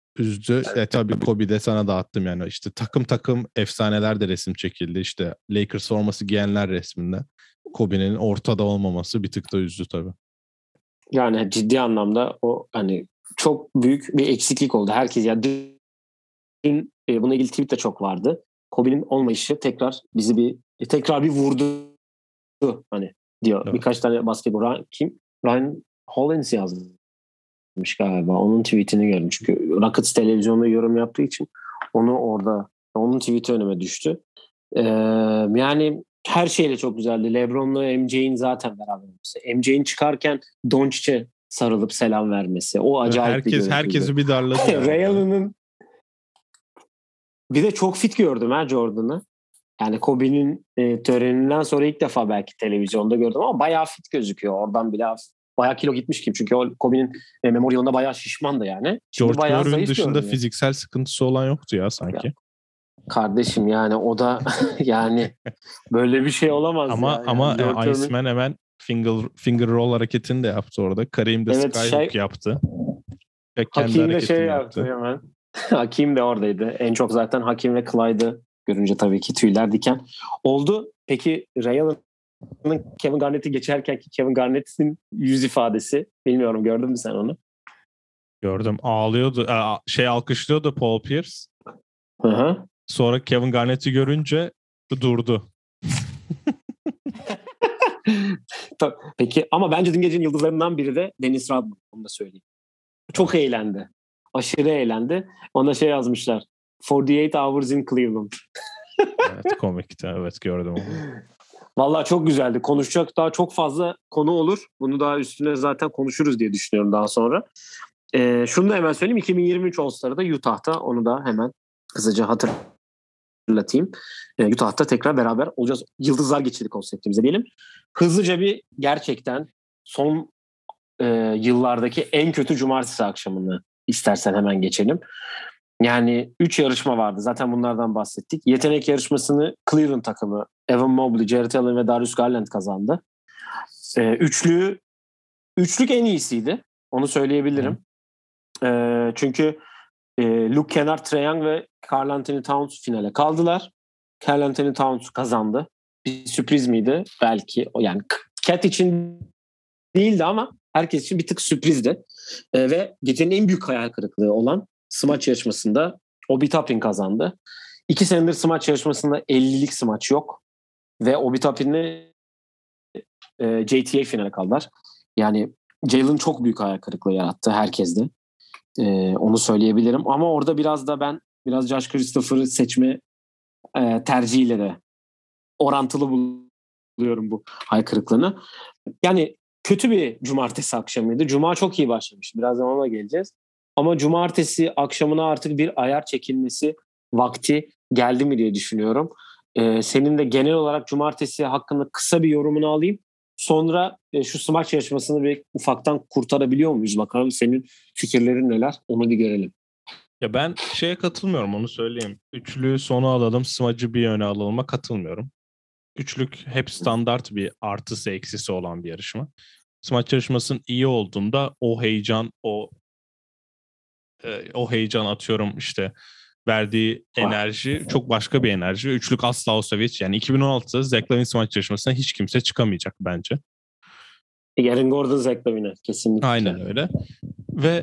üzdü. E, tabii Kobe'de sana dağıttım yani. İşte takım takım efsaneler de resim çekildi. İşte Lakers forması giyenler resminde. Kobe'nin ortada olmaması bir tık da üzdü tabii. Yani ciddi anlamda o hani çok büyük bir eksiklik oldu. Herkes ya dün e, bununla ilgili tweet de çok vardı. Kobe'nin olmayışı tekrar bizi bir e, tekrar bir vurdu hani diyor. Evet. Birkaç tane basketbol Ryan, kim? Ryan Hollins yazmış galiba. Onun tweetini gördüm. Çünkü Rockets televizyonda yorum yaptığı için onu orada onun tweeti önüme düştü. Ee, yani her şeyle çok güzeldi. LeBron'la M J'in zaten beraber olması. M J'in çıkarken Doncic'e sarılıp selam vermesi. O acayip Herkes, bir görüntüydü. herkesi bir darladı ya. Ray Allen'ın bir de çok fit gördüm ha Jordan'ı. Yani Kobe'nin e, töreninden sonra ilk defa belki televizyonda gördüm ama bayağı fit gözüküyor. Oradan bile bayağı kilo gitmiş kim. Çünkü o Kobe'nin e, memorialında bayağı şişmandı yani. Şimdi George bayağı Moor'un zayıf dışında görünüyor. fiziksel sıkıntısı olan yoktu ya sanki. Ya, kardeşim yani o da yani böyle bir şey olamaz ama ya. ama Yani e, Iceman hemen finger finger roll hareketini de yaptı orada. Kareem de evet, skyhook şey, yaptı. Ve kendi Hakim de hareketini şey yaptı. yaptı hemen. Hakim de oradaydı. En çok zaten Hakim ve Clyde'ı görünce tabii ki tüyler diken oldu. Peki Ray Allen'ın Kevin Garnett'i geçerken ki Kevin Garnett'in yüz ifadesi, bilmiyorum gördün mü sen onu? Gördüm. Ağlıyordu. Şey alkışlıyordu Paul Pierce. Hı hı. Sonra Kevin Garnett'i görünce durdu. Peki ama bence dün gecenin yıldızlarından biri de Dennis Rodman. Onu da söyleyeyim. Çok evet. eğlendi. Aşırı eğlendi. Ona şey yazmışlar. kırk sekiz hours in Cleveland. Evet, komikti. Evet, gördüm onu. Vallahi çok güzeldi. Konuşacak daha çok fazla konu olur. Bunu daha üstüne zaten konuşuruz diye düşünüyorum daha sonra. Ee, şunu da hemen söyleyeyim. iki bin yirmi üç All-Star'da Utah'ta, onu da hemen kısaca hatırlatayım. Ee, Utah'ta tekrar beraber olacağız. Yıldızlar geçirdi konseptimize diyelim. Hızlıca bir gerçekten son e, yıllardaki en kötü cumartesi akşamını istersen hemen geçelim. Yani üç yarışma vardı. Zaten bunlardan bahsettik. Yetenek yarışmasını Cleveland takımı Evan Mobley, Jarrett Allen ve Darius Garland kazandı. Ee, üçlüğü, üçlük en iyisiydi. Onu söyleyebilirim. Ee, çünkü e, Luke Kennard, Trae Young ve Karl Anthony Towns finale kaldılar. Karl Anthony Towns kazandı. Bir sürpriz miydi? Belki. Yani Cat için değildi ama herkes için bir tık sürprizdi. Ee, ve gecenin en büyük hayal kırıklığı olan smaç yarışmasında Obi Toppin kazandı. İki senedir smaç yarışmasında ellilik smaç yok. Ve Obi Toppin'le e, J T A finale kaldılar. Yani Jalen çok büyük hayal kırıklığı yarattı herkeste. E, onu söyleyebilirim. Ama orada biraz da ben biraz Josh Christopher'ı seçme e, tercihiyle de orantılı buluyorum bu hayal kırıklığını. Yani kötü bir cumartesi akşamıydı. Cuma çok iyi başlamıştı. Birazdan ona geleceğiz. Ama cumartesi akşamına artık bir ayar çekilmesi vakti geldi mi diye düşünüyorum. Ee, senin de genel olarak cumartesi hakkında kısa bir yorumunu alayım. Sonra e, şu smaç yarışmasını bir ufaktan kurtarabiliyor muyuz? Bakalım senin fikirlerin neler? Onu bir görelim. Ya ben şeye katılmıyorum, onu söyleyeyim. Üçlü sona alalım, smacı bir yöne alalım'a katılmıyorum. Üçlük hep standart bir artısı eksisi olan bir yarışma. Smaç yarışmasının iyi olduğunda o heyecan, o e, o heyecan atıyorum işte verdiği enerji çok başka bir enerji. Üçlük asla o seviye. Yani iki bin on altıda Zach Lavine smaç yarışmasına hiç kimse çıkamayacak bence. Aaron Gordon, Zach Lavine kesinlikle. Aynen öyle. Ve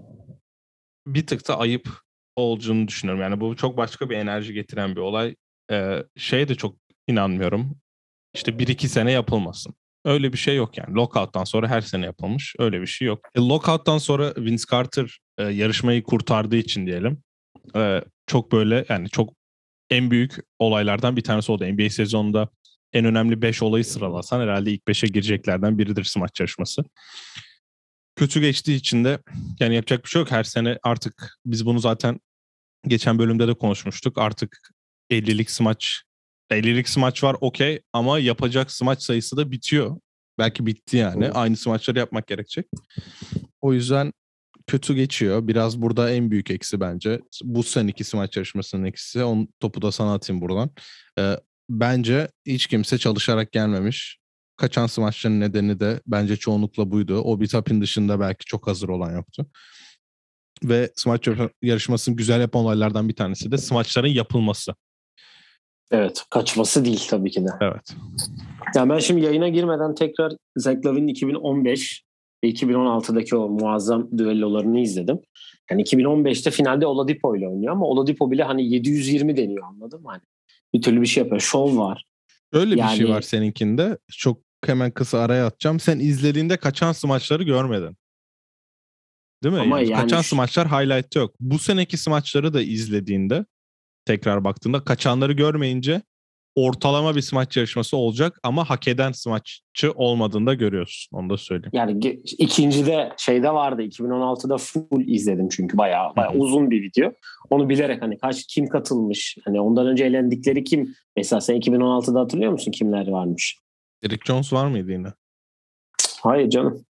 bir tık da ayıp olduğunu düşünüyorum. Yani bu çok başka bir enerji getiren bir olay. Ee, şeye de çok inanmıyorum. İşte bir iki sene yapılmasın. Öyle bir şey yok yani. Lockout'tan sonra her sene yapılmış. Öyle bir şey yok. E, Lockout'tan sonra Vince Carter e, yarışmayı kurtardığı için diyelim. E, çok böyle yani çok en büyük olaylardan bir tanesi oldu. N B A sezonunda en önemli beş olayı sıralasan herhalde ilk beşe gireceklerden biridir smaç yarışması. Kötü geçtiği için de yani yapacak bir şey yok. Her sene artık biz bunu zaten geçen bölümde de konuşmuştuk. Artık ellilik smaç ellilik smaç var okey ama yapacak smaç sayısı da bitiyor. Belki bitti yani. Evet. Aynı smaçları yapmak gerekecek. O yüzden kötü geçiyor. Biraz burada en büyük eksi bence. Bu seneki smaç yarışmasının eksisi. Onun topu da sana atayım buradan. Ee, bence hiç kimse çalışarak gelmemiş. Kaçan smaçların nedeni de bence çoğunlukla buydu. Obi Toppin dışında belki çok hazır olan yoktu. Ve smaç yarışmasının güzel yapan olaylardan bir tanesi de smaçların yapılması. Evet. Kaçması değil tabii ki de. Evet. Ya ben şimdi yayına girmeden tekrar Zach Lavine'in iki bin on beş ve iki bin on altıdaki o muazzam düellolarını izledim. Yani iki bin on beşte finalde Oladipo ile oynuyor ama Oladipo bile hani yedi yüz yirmi deniyor, anladın mı? Hani bir türlü bir şey yapıyor. Şov var. Öyle yani... bir şey var seninkinde. Çok hemen kısa araya atacağım. Sen izlediğinde kaçan smaçları görmedin. Değil mi? Ama Yani, yani kaçan şu... smaçlar highlight'ta yok. Bu seneki smaçları da izlediğinde tekrar baktığında kaçanları görmeyince ortalama bir smaç yarışması olacak ama hak eden smaççı olmadığını da görüyorsun. Onu da söyleyeyim. Yani ikincide şeyde vardı, iki bin on altıda full izledim çünkü bayağı bayağı uzun bir video. Onu bilerek hani kaç kim katılmış, hani ondan önce elendikleri kim? Mesela sen iki bin on altıda hatırlıyor musun kimler varmış? Eric Jones var mıydı yine? Hayır canım.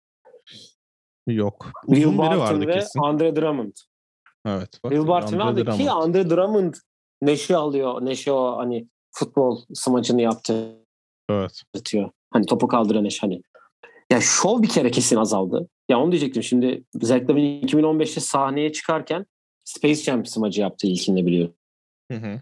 Yok. Will Uzun biri Barton vardı ve kesin. Andre Drummond. Evet. Bak, Will Barton ve Andre Andre, ki Drummond. Andre Drummond neşe alıyor. Neşe o hani futbol smaçını yaptı. Evet. Atıyor. Hani topu kaldıran neşe hani. Ya şov bir kere kesin azaldı. Ya onu diyecektim şimdi. Zach Lavine iki bin on beşte sahneye çıkarken Space Jam smacı yaptı ilkinde, biliyorsun. Hı hı.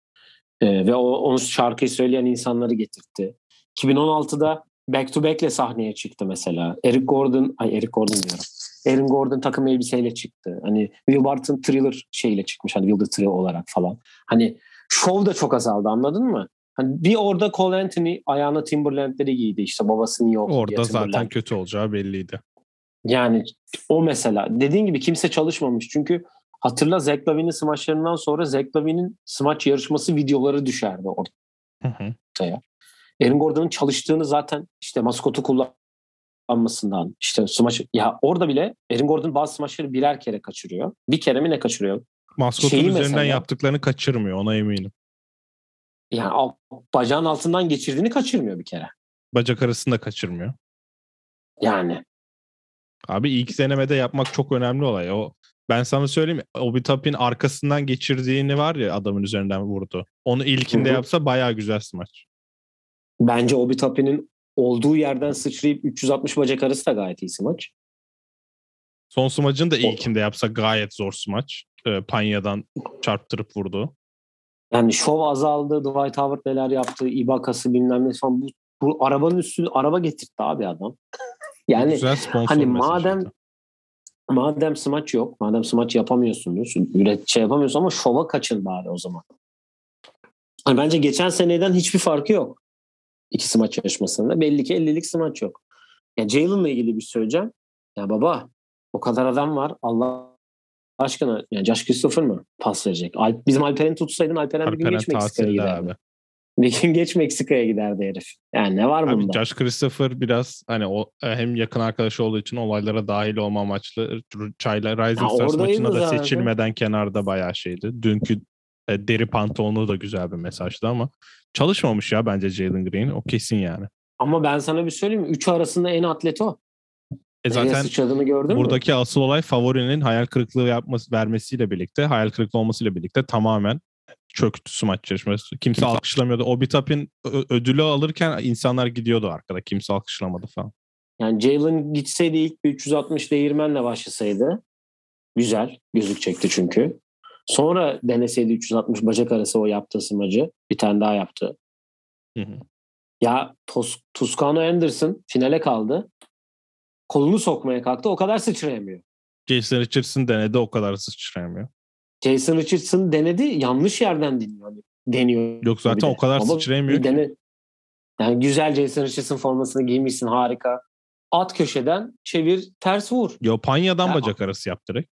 Ee, ve o, onu şarkıyı söyleyen insanları getirtti. iki bin on altıda Back to Back'le sahneye çıktı mesela. Eric Gordon, ay Eric Gordon diyorum. Aaron Gordon takım elbiseyle çıktı. Hani Will Barton Thriller şeyle çıkmış. Hani Will the Thrill olarak falan. Hani şov da çok azaldı, anladın mı? Hani bir orada Cole Anthony ayağına Timberland'leri giydi, işte babası niye oldu diye Orada Timberland. zaten kötü olacağı belliydi. Yani o mesela dediğin gibi kimse çalışmamış. Çünkü hatırla, Zach Lavine'in smaçlarından sonra Zach Lavine'in smaç yarışması videoları düşerdi ortaya. Hı hı. Aaron Gordon'un çalıştığını zaten işte maskotu kullanmasından, işte smaç, ya orada bile Aaron Gordon bazı smaçları birer kere kaçırıyor. Bir kere mi ne kaçırıyor? Maskotun Şeyi üzerinden mesela, yaptıklarını kaçırmıyor, ona eminim. yani bacağın altından geçirdiğini kaçırmıyor bir kere. Bacak arasını da kaçırmıyor. Yani. Abi ilk denemede yapmak çok önemli olay. O, ben sana söyleyeyim, Obi Toppin arkasından geçirdiğini var ya, adamın üzerinden vurdu. Onu ilkinde Hı hı. yapsa bayağı güzel smaç. Bence Obi Toppin'in olduğu yerden sıçrayıp üç yüz altmış bacak arası da gayet iyi smaç. Son smacını da ilkinde yapsa gayet zor smaç. E, Panya'dan çarptırıp vurdu. Yani şov azaldı. Dwight Howard neler yaptı. Ibaka'sı bilmem ne falan. Bu, bu arabanın üstüne araba getirtti abi adam. Yani güzel sponsor hani mesajıydı. madem madem smaç yok, madem smaç yapamıyorsunuz, üret şey yapamıyorsun ama şova kaçın bari o zaman. Yani bence geçen seneden hiçbir farkı yok. İki smaç yarışmasında. Belli ki ellilik smaç yok. Ya Jalen'la ilgili bir şey söyleyeceğim. Ya baba, o kadar adam var. Allah aşkına, yani Josh Christopher mı pas verecek? Alp, bizim Alperen'i tutsaydın Alperen bir gün Alperen geç Meksika'ya tatilde giderdi. abi. Bir gün geç Meksika'ya giderdi herif. Yani ne var Abi bunda? Josh Christopher biraz hani o hem yakın arkadaşı olduğu için olaylara dahil olma amaçlı. Çayla Rising Ya Stars maçında oradaydı da zaten. seçilmeden kenarda bayağı şeydi. Dünkü e, deri pantolonu da güzel bir mesajdı ama çalışmamış ya bence Jalen Green. O kesin yani. Ama ben sana bir söyleyeyim mi? Üçü arasında en atlet o. E Nereye zaten sıçradığını gördün mü? buradaki asıl olay favorinin hayal kırıklığı yapması vermesiyle birlikte, hayal kırıklığı olmasıyla birlikte tamamen çöktü smaç yarışması. Kimse alkışlamıyordu. Obi Toppin ö- ödülü alırken insanlar gidiyordu arkada. Kimse alkışlamadı falan. Yani Jalen gitseydi ilk bir üç yüz altmış değirmenle başlasaydı güzel gözükecekti çünkü. Sonra deneseydi üç yüz altmış bacak arası o yaptığı smacı. Bir tane daha yaptı. Hı hı. Ya Tos- Toscano Anderson finale kaldı. Kolunu sokmaya kalktı. O kadar sıçrayamıyor. Jason Richardson denedi, o kadar sıçrayamıyor. Jason Richardson denedi. Yanlış yerden deniyor. Hani deniyor. Yok zaten de. o kadar Baba, sıçrayamıyor bir ki. dene. Yani güzel Jason Richardson formasını giymişsin, harika. At köşeden çevir, ters vur. Yo, Panya'dan Ya, bacak arası yaptı direkt.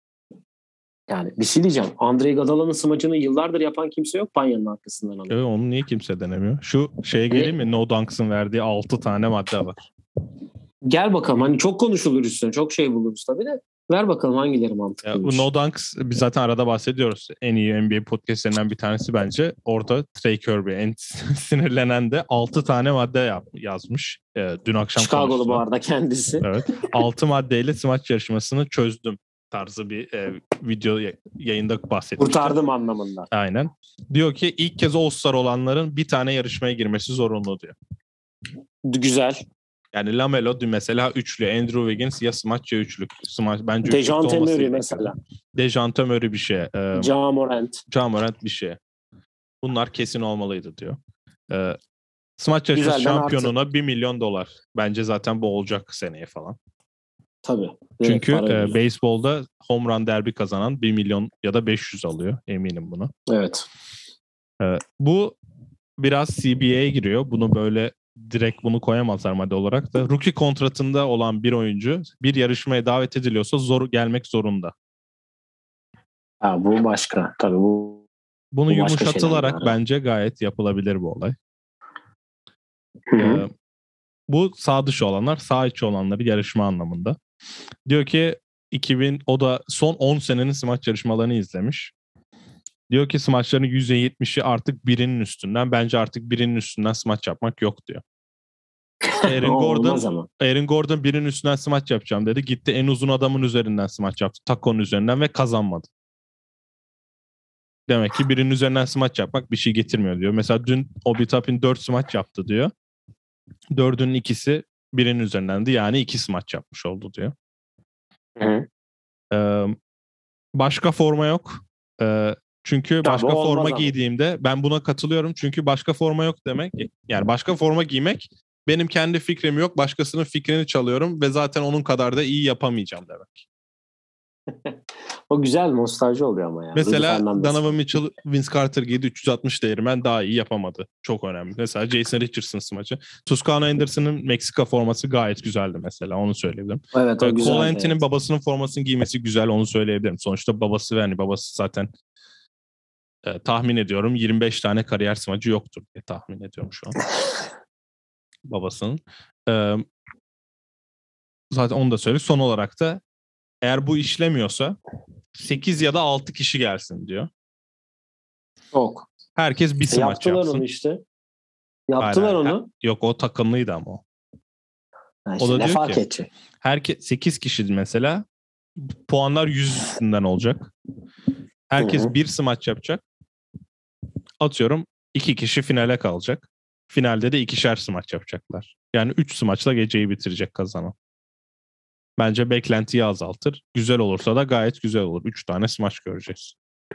yani bir şey diyeceğim. Andrei Iguodala'nın smacını yıllardır yapan kimse yok Panya'nın arkasından alıyor. Evet, onu niye kimse denemiyor? Şu şeye geleyim mi? No Dunks'ın verdiği altı tane madde var. Gel bakalım, hani çok konuşulur üstüne, çok şey buluruz tabii de. Ver bakalım hangileri mantıklıymış. Ya, No Dunks biz zaten arada bahsediyoruz. En iyi N B A podcastlerinden bir tanesi bence. Orada Trey Kirby en sinirlenen de altı tane madde yap, yazmış. Ee, dün akşam Chicago'lu konuştu. bu arada kendisi. Evet. altı maddeyle smaç yarışmasını çözdüm tarzı bir e, video yayında bahsetmişti. Kurtardım anlamında. Aynen. Diyor ki ilk kez All-Star olanların bir tane yarışmaya girmesi zorunlu diyor. Güzel. Yani LaMelo dün mesela üçlü. Andrew Wiggins ya smaç ya üçlük. Smaç, bence üçlük Dejounte olması Murray gerekiyor. mesela. Dejounte Murray bir şey. Ee, Ja Morant. Ja Morant bir şey. Bunlar kesin olmalıydı diyor. Ee, smaç yarışması Güzel, ben şampiyonuna artık bir milyon dolar. Bence zaten bu olacak seneye falan. tabii. Çünkü Evet, e, beyzbolda home run derbi kazanan bir milyon ya da beş yüz alıyor. Eminim buna. Evet. Ee, bu biraz C B A'ye giriyor. Bunu böyle direkt bunu koyamazlar madde olarak da. Rookie kontratında olan bir oyuncu bir yarışmaya davet ediliyorsa zor gelmek zorunda. Ha, bu başka. Tabii bu, Bunu bu başka şeyler yumuşatılarak bunlar. bence gayet yapılabilir bu olay. Hı hı. Ee, bu sağ dışı olanlar, sağ içi olanları yarışma anlamında. Diyor ki iki bin o da son on senenin smaç yarışmalarını izlemiş. Diyor ki smaçların yüzde yetmişi artık birinin üstünden. Bence artık birinin üstünden smaç yapmak yok diyor. Aaron Gordon Olmaz ama. Aaron Gordon birinin üstünden smaç yapacağım dedi. Gitti en uzun adamın üzerinden smaç yaptı. Takonun üzerinden ve kazanmadı. Demek ki birinin üzerinden smaç yapmak bir şey getirmiyor diyor. Mesela dün Obi Toppin dört smaç yaptı diyor. Dördünün ikisi birinin üzerindendi. Yani iki smaç yapmış oldu diyor. Hı. Ee, başka forma yok. Ee, çünkü Tabii başka olmaz forma ama. giydiğimde ben buna katılıyorum. Çünkü başka forma yok demek. Yani başka forma giymek benim kendi fikrim yok. Başkasının fikrini çalıyorum ve zaten onun kadar da iyi yapamayacağım demek. O güzel nostalji oluyor ama ya. Mesela Donovan Mitchell, Vince Carter giydi üç yüz altmış değirmen daha iyi yapamadı. Çok önemli. Mesela Jason Richardson maçı. Toscano Anderson'ın Meksika forması gayet güzeldi mesela. Onu söyleyebilirim. Evet, o güzel. Cole Anthony'nin evet. babasının formasını giymesi güzel. Onu söyleyebilirim. Sonuçta babası ve hani babası zaten e, tahmin ediyorum yirmi beş tane kariyer smacı yoktur diye tahmin ediyorum şu an. Babasının. E, zaten onu da söyle. Son olarak da eğer bu işlemiyorsa sekiz ya da altı kişi gelsin diyor. Çok. Herkes bir smaç Yaptılar yapsın. onu işte. Yaptılar Hayır, hayır. onu. Yok o takımlıydı ama o. Yani O işte da ne diyor fark ki edecek? herkes sekiz kişi mesela puanlar yüz üstünden olacak. Herkes Hı hı. bir smaç yapacak. Atıyorum iki kişi finale kalacak. Finalde de ikişer smaç yapacaklar. Yani üç smaçla geceyi bitirecek kazanan. Bence beklentiyi azaltır. Güzel olursa da gayet güzel olur. Üç tane smaç göreceğiz.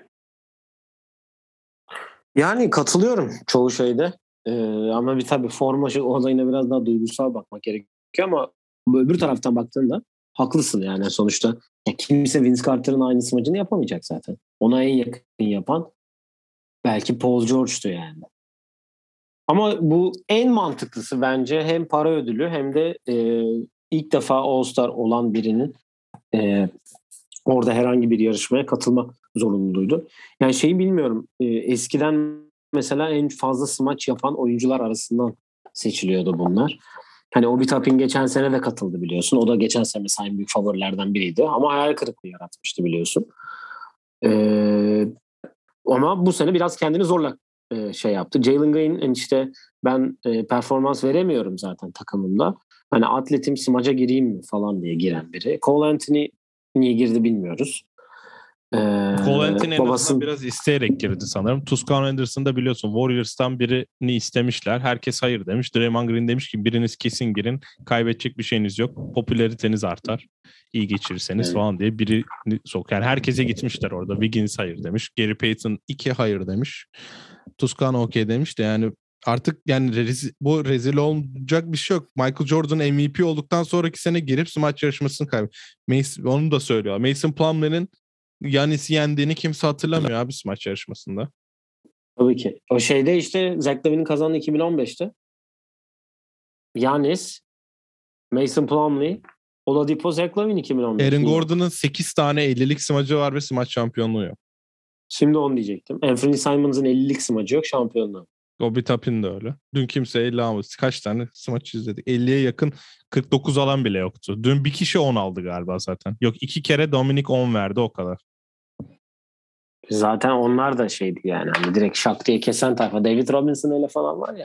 Yani katılıyorum çoğu şeyde. Ee, ama bir tabii forma olayına biraz daha duygusal bakmak gerekiyor ama öbür taraftan baktığında haklısın yani sonuçta. Ya kimse Vince Carter'ın aynı smacını yapamayacak zaten. Ona en yakın yapan belki Paul George'tu yani. Ama bu en mantıklısı bence hem para ödülü hem de e, ilk defa All-Star olan birinin e, orada herhangi bir yarışmaya katılma zorunluluğuydu. Yani şeyi bilmiyorum. E, eskiden mesela en fazla smaç yapan oyuncular arasından seçiliyordu bunlar. Hani Obi Toppin geçen sene de katıldı biliyorsun. O da geçen sene en büyük favorilerden biriydi. Ama hayal kırıklığı yaratmıştı biliyorsun. Ee, ama bu sene biraz kendini zorla e, şey yaptı. Jalen Green işte ben e, performans veremiyorum zaten takımımda. Hani atletim smaca gireyim mi falan diye giren biri. Cole Anthony niye girdi bilmiyoruz. Ee, Cole Anthony en azından babasının biraz isteyerek girdi sanırım. Toscano Anderson'da biliyorsun Warriors'tan birini istemişler. Herkes hayır demiş. Draymond Green demiş ki biriniz kesin girin. Kaybedecek bir şeyiniz yok. Popülariteniz artar. İyi geçirirseniz evet. falan diye biri sok. Yani herkese gitmişler orada. Wiggins hayır demiş. Gary Payton iki hayır demiş. Toscano okey demiş de yani artık yani rezi, bu rezil olacak bir şey yok. Michael Jordan M V P olduktan sonraki sene girip smaç yarışmasını kaybetti. Onu da söylüyor. Mason Plumlee'nin Giannis'i yendiğini kimse hatırlamıyor abi smaç yarışmasında. Tabii ki. O şeyde işte Zach Lavine'in kazandığı iki bin on beşte Giannis, Mason Plumlee, Oladipo, Zach Lavine iki bin on beş. Aaron Gordon'ın sekiz tane ellilik smacı var ve smaç şampiyonluğu yok. Şimdi onu diyecektim. Anthony Simons'ın ellilik smacı yok, şampiyonluğu. Obi Toppin de öyle. Dün kimse elli almadı. Kaç tane smaç izledik? elliye yakın kırk dokuz alan bile yoktu. Dün bir kişi on aldı galiba zaten. Yok iki kere Dominic on verdi o kadar. Zaten onlar da şeydi yani. Hani direkt şak diye kesen tayfa. David Robinson öyle falan var ya.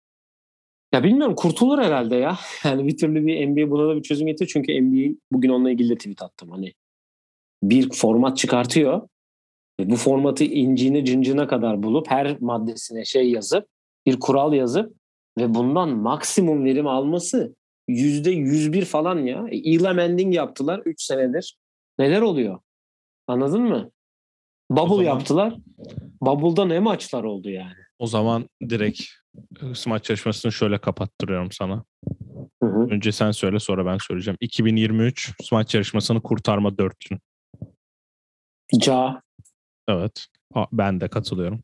Ya bilmiyorum, kurtulur herhalde ya. Yani bir türlü bir N B A buna da bir çözüm getiriyor. Çünkü N B A bugün onunla ilgili de tweet attım. Hani bir format çıkartıyor. Bu formatı inciğine cıncına kadar bulup her maddesine şey yazıp bir kural yazıp ve bundan maksimum verim alması yüzde yüz bir falan ya. Elam ending yaptılar üç senedir. Neler oluyor? Anladın mı? Bubble zaman, yaptılar. Bubble'da ne maçlar oldu yani. O zaman direkt smaç yarışmasını şöyle kapattırıyorum sana. Hı hı. Önce sen söyle, sonra ben söyleyeceğim. iki bin yirmi üç smaç yarışmasını kurtarma dörtlün. Ca. Evet. Ben de katılıyorum.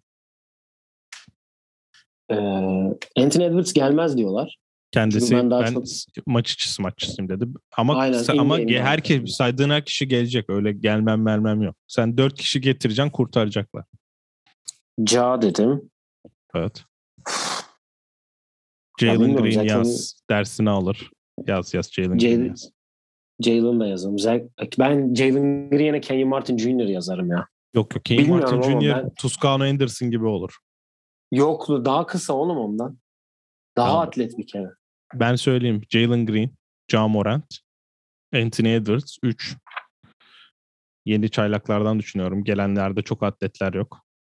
Ee, Anthony Edwards gelmez diyorlar. Kendisi ben, daha ben çok... maç içi smaççısıyım dedi. Ama Aynen, ama in-game herkes daha. saydığın her kişi gelecek. Öyle gelmem vermem yok. Sen dört kişi getireceksin, kurtaracaklar. Ca dedim. Evet. Jalen Green zaten... yaz. Dersini alır. Yaz yaz Jalen J- Green yaz. Jalen da yazarım. Zach... Ben Jalen Green'e Kenyon Martin Junior yazarım ya. Yok yok. Kenyon Martin Junior ben... Toscano Anderson gibi olur. Yok, daha kısa oğlum ondan. Daha tamam. Atlet bir kere. Ben söyleyeyim. Jalen Green, Ja Morant, Anthony Edwards üç. Yeni çaylaklardan düşünüyorum. Gelenlerde çok atletler yok.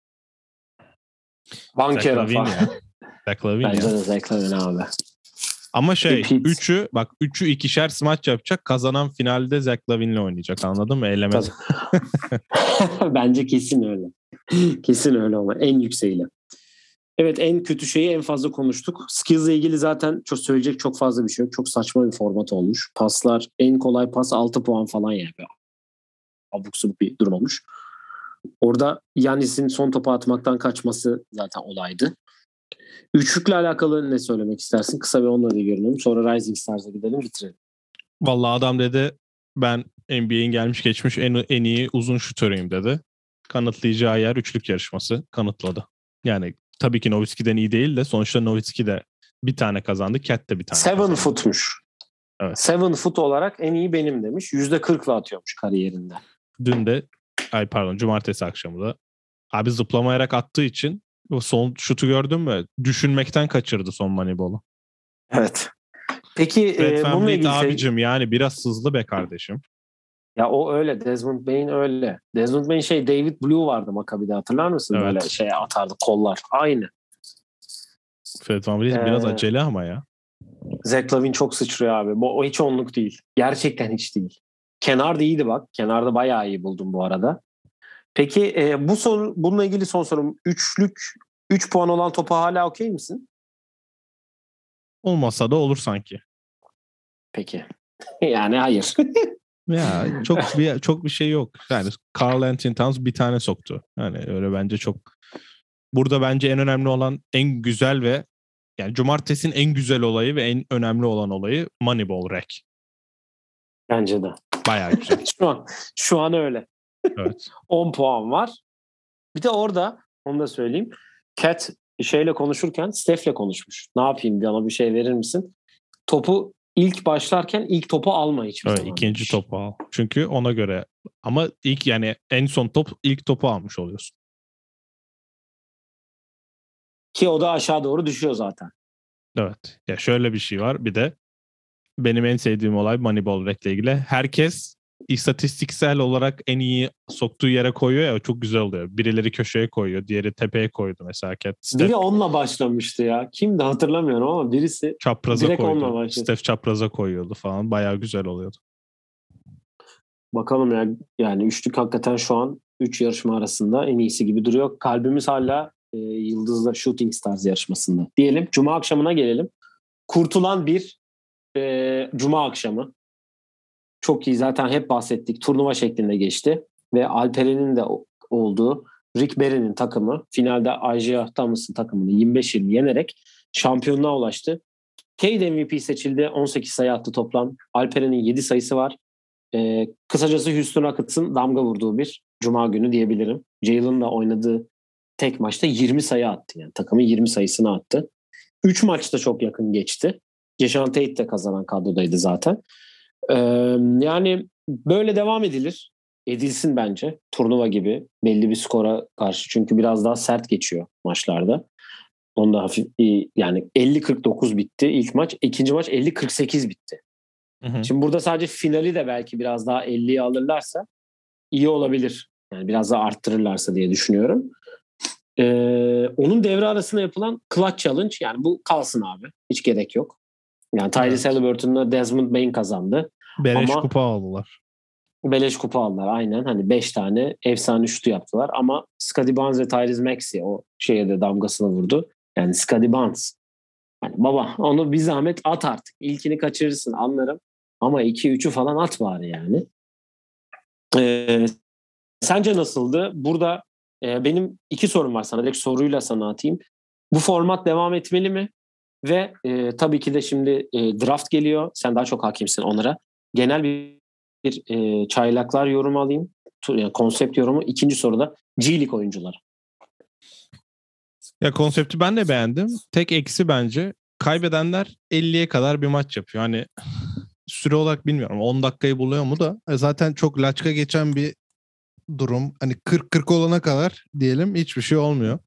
Bankera falan. Zach Lavine Bence ya. de Zach Lavine abi. Ama şey üçü bak üçü ikişer smaç yapacak. Kazanan finalde Zach Lavine'le oynayacak. Anladın mı? Eleme. Bence kesin öyle. Kesin öyle ama en yükseğiyle. Evet, en kötü şeyi en fazla konuştuk. Skills'la ilgili zaten çok söyleyecek çok fazla bir şey yok. Çok saçma bir format olmuş. Paslar, en kolay pas altı puan falan yani. Abuk subuk bir durum olmuş. Orada Yannis'in son topu atmaktan kaçması zaten olaydı. Üçlükle alakalı ne söylemek istersin? Kısa bir onunla da görelim. Sonra Rising Stars'a gidelim, bitirelim. Vallahi adam dedi ben N B A'in gelmiş geçmiş en, en iyi uzun şutörüyüm dedi. Kanıtlayacağı yer üçlük yarışması. Kanıtladı. Yani tabii ki Nowitzki'den iyi değil de sonuçta Nowitzki de bir tane kazandı. Cat de bir tane Seven kazandı. footmuş. Evet. Seven foot olarak en iyi benim demiş. Yüzde kırkla atıyormuş kariyerinde. Dün de ay pardon cumartesi akşamı da abi zıplamayarak attığı için o son şutu gördün mü? Düşünmekten kaçırdı son Moneyball'u. Evet. Peki Fred e, bununla VanVleet ilgili abicim yani biraz hızlı be kardeşim. Ya o öyle. Desmond Bain öyle. Desmond Bain şey David Blue vardı Maccabi'de, hatırlar mısın? Evet. Böyle şey atardı kollar. Aynı. Fred VanVleet ee, biraz acele ama ya. Zach Lavine çok sıçrıyor abi. Bu, o hiç onluk değil. Gerçekten hiç değil. Kenarda iyiydi bak. Kenarda bayağı iyi buldum bu arada. Peki e, bu soru, bununla ilgili son sorum. Üçlük, üç puan olan topa hala okey misin? Olmasa da olur sanki. Peki. Yani hayır. Ya çok bir çok bir şey yok. Yani Karl Anthony Towns bir tane soktu. Yani öyle bence çok. Burada bence en önemli olan, en güzel ve yani cumartesinin en güzel olayı ve en önemli olan olayı Moneyball Rack. Bence de. Bayağı güzel. şu an şu an öyle. Evet. on puan var. Bir de orada onu da söyleyeyim. Cat şeyle konuşurken Steph'le konuşmuş. Ne yapayım, bana bir şey verir misin? Topu ilk başlarken ilk topu alma hiçbir evet, zaman. ikinci demiş. topu al. Çünkü ona göre ama ilk yani en son top ilk topu almış oluyorsun. Ki o da aşağı doğru düşüyor zaten. Evet. Ya şöyle bir şey var. Bir de benim en sevdiğim olay Moneyball Rack'le ilgili. Herkes istatistiksel olarak en iyi soktuğu yere koyuyor ya, çok güzel oluyor. Birileri köşeye koyuyor, diğeri tepeye koydu mesela. Steph, biri onunla başlamıştı ya. Kimdi hatırlamıyorum ama birisi çapraza direkt koydu. onunla başladı. Steph çapraza koyuyordu falan. Bayağı güzel oluyordu. Bakalım ya, yani üçlük hakikaten şu an üç yarışma arasında en iyisi gibi duruyor. Kalbimiz hala e, Yıldız'la Shooting Stars yarışmasında. Diyelim Cuma akşamına gelelim. Kurtulan bir e, Cuma akşamı. Çok iyi, zaten hep bahsettik. Turnuva şeklinde geçti. Ve Alperen'in de olduğu Rick Barry'nin takımı finalde Isaiah Thomas'ın takımını yirmi beş yirmi yenerek şampiyonluğa ulaştı. Cade M V P seçildi. on sekiz sayı attı toplam. Alperen'in yedi sayısı var. Ee, kısacası Houston Rockets'ın damga vurduğu bir Cuma günü diyebilirim. Jalen'la oynadığı tek maçta yirmi sayı attı. Yani takımın yirmi sayısını attı. üç maçta çok yakın geçti. Jason Tate de kazanan kadrodaydı zaten. Ee, yani böyle devam edilir. Edilsin bence. Turnuva gibi belli bir skora karşı. Çünkü biraz daha sert geçiyor maçlarda. Onda hafif yani elli kırk dokuz bitti ilk maç. İkinci maç elli kırk sekiz bitti. Hı hı. Şimdi burada sadece finali de belki biraz daha elliye alırlarsa iyi olabilir. Yani biraz daha arttırırlarsa diye düşünüyorum. Ee, onun devre arasında yapılan Clutch Challenge, yani bu kalsın abi. Hiç gerek yok. Yani Tyrese Evet. Haliburton'la Desmond Bane kazandı. Beleş Ama kupa aldılar. beleş kupa aldılar aynen. Hani beş tane efsane şutu yaptılar. Ama Scottie Barnes ve Tyrese Maxey o şeye de damgasını vurdu. Yani Scottie Barnes. Hani baba onu bir zahmet at artık. İlkini kaçırırsın anlarım. Ama iki üçü falan at bari yani. Ee, Sence nasıldı? Burada e, benim iki sorum var sana. Direkt soruyla sana atayım. Bu format devam etmeli mi? Ve e, tabii ki de şimdi e, draft geliyor. Sen daha çok hakimsin onlara. Genel bir, bir e, çaylaklar yorumu alayım. Yani konsept yorumu. İkinci soruda G League oyuncular. Ya konsepti ben de beğendim. Tek eksi bence kaybedenler elliye kadar bir maç yapıyor. Hani süre olarak bilmiyorum on dakikayı buluyor mu da e, zaten çok laçka geçen bir durum. Hani kırk kırk olana kadar diyelim hiçbir şey olmuyor.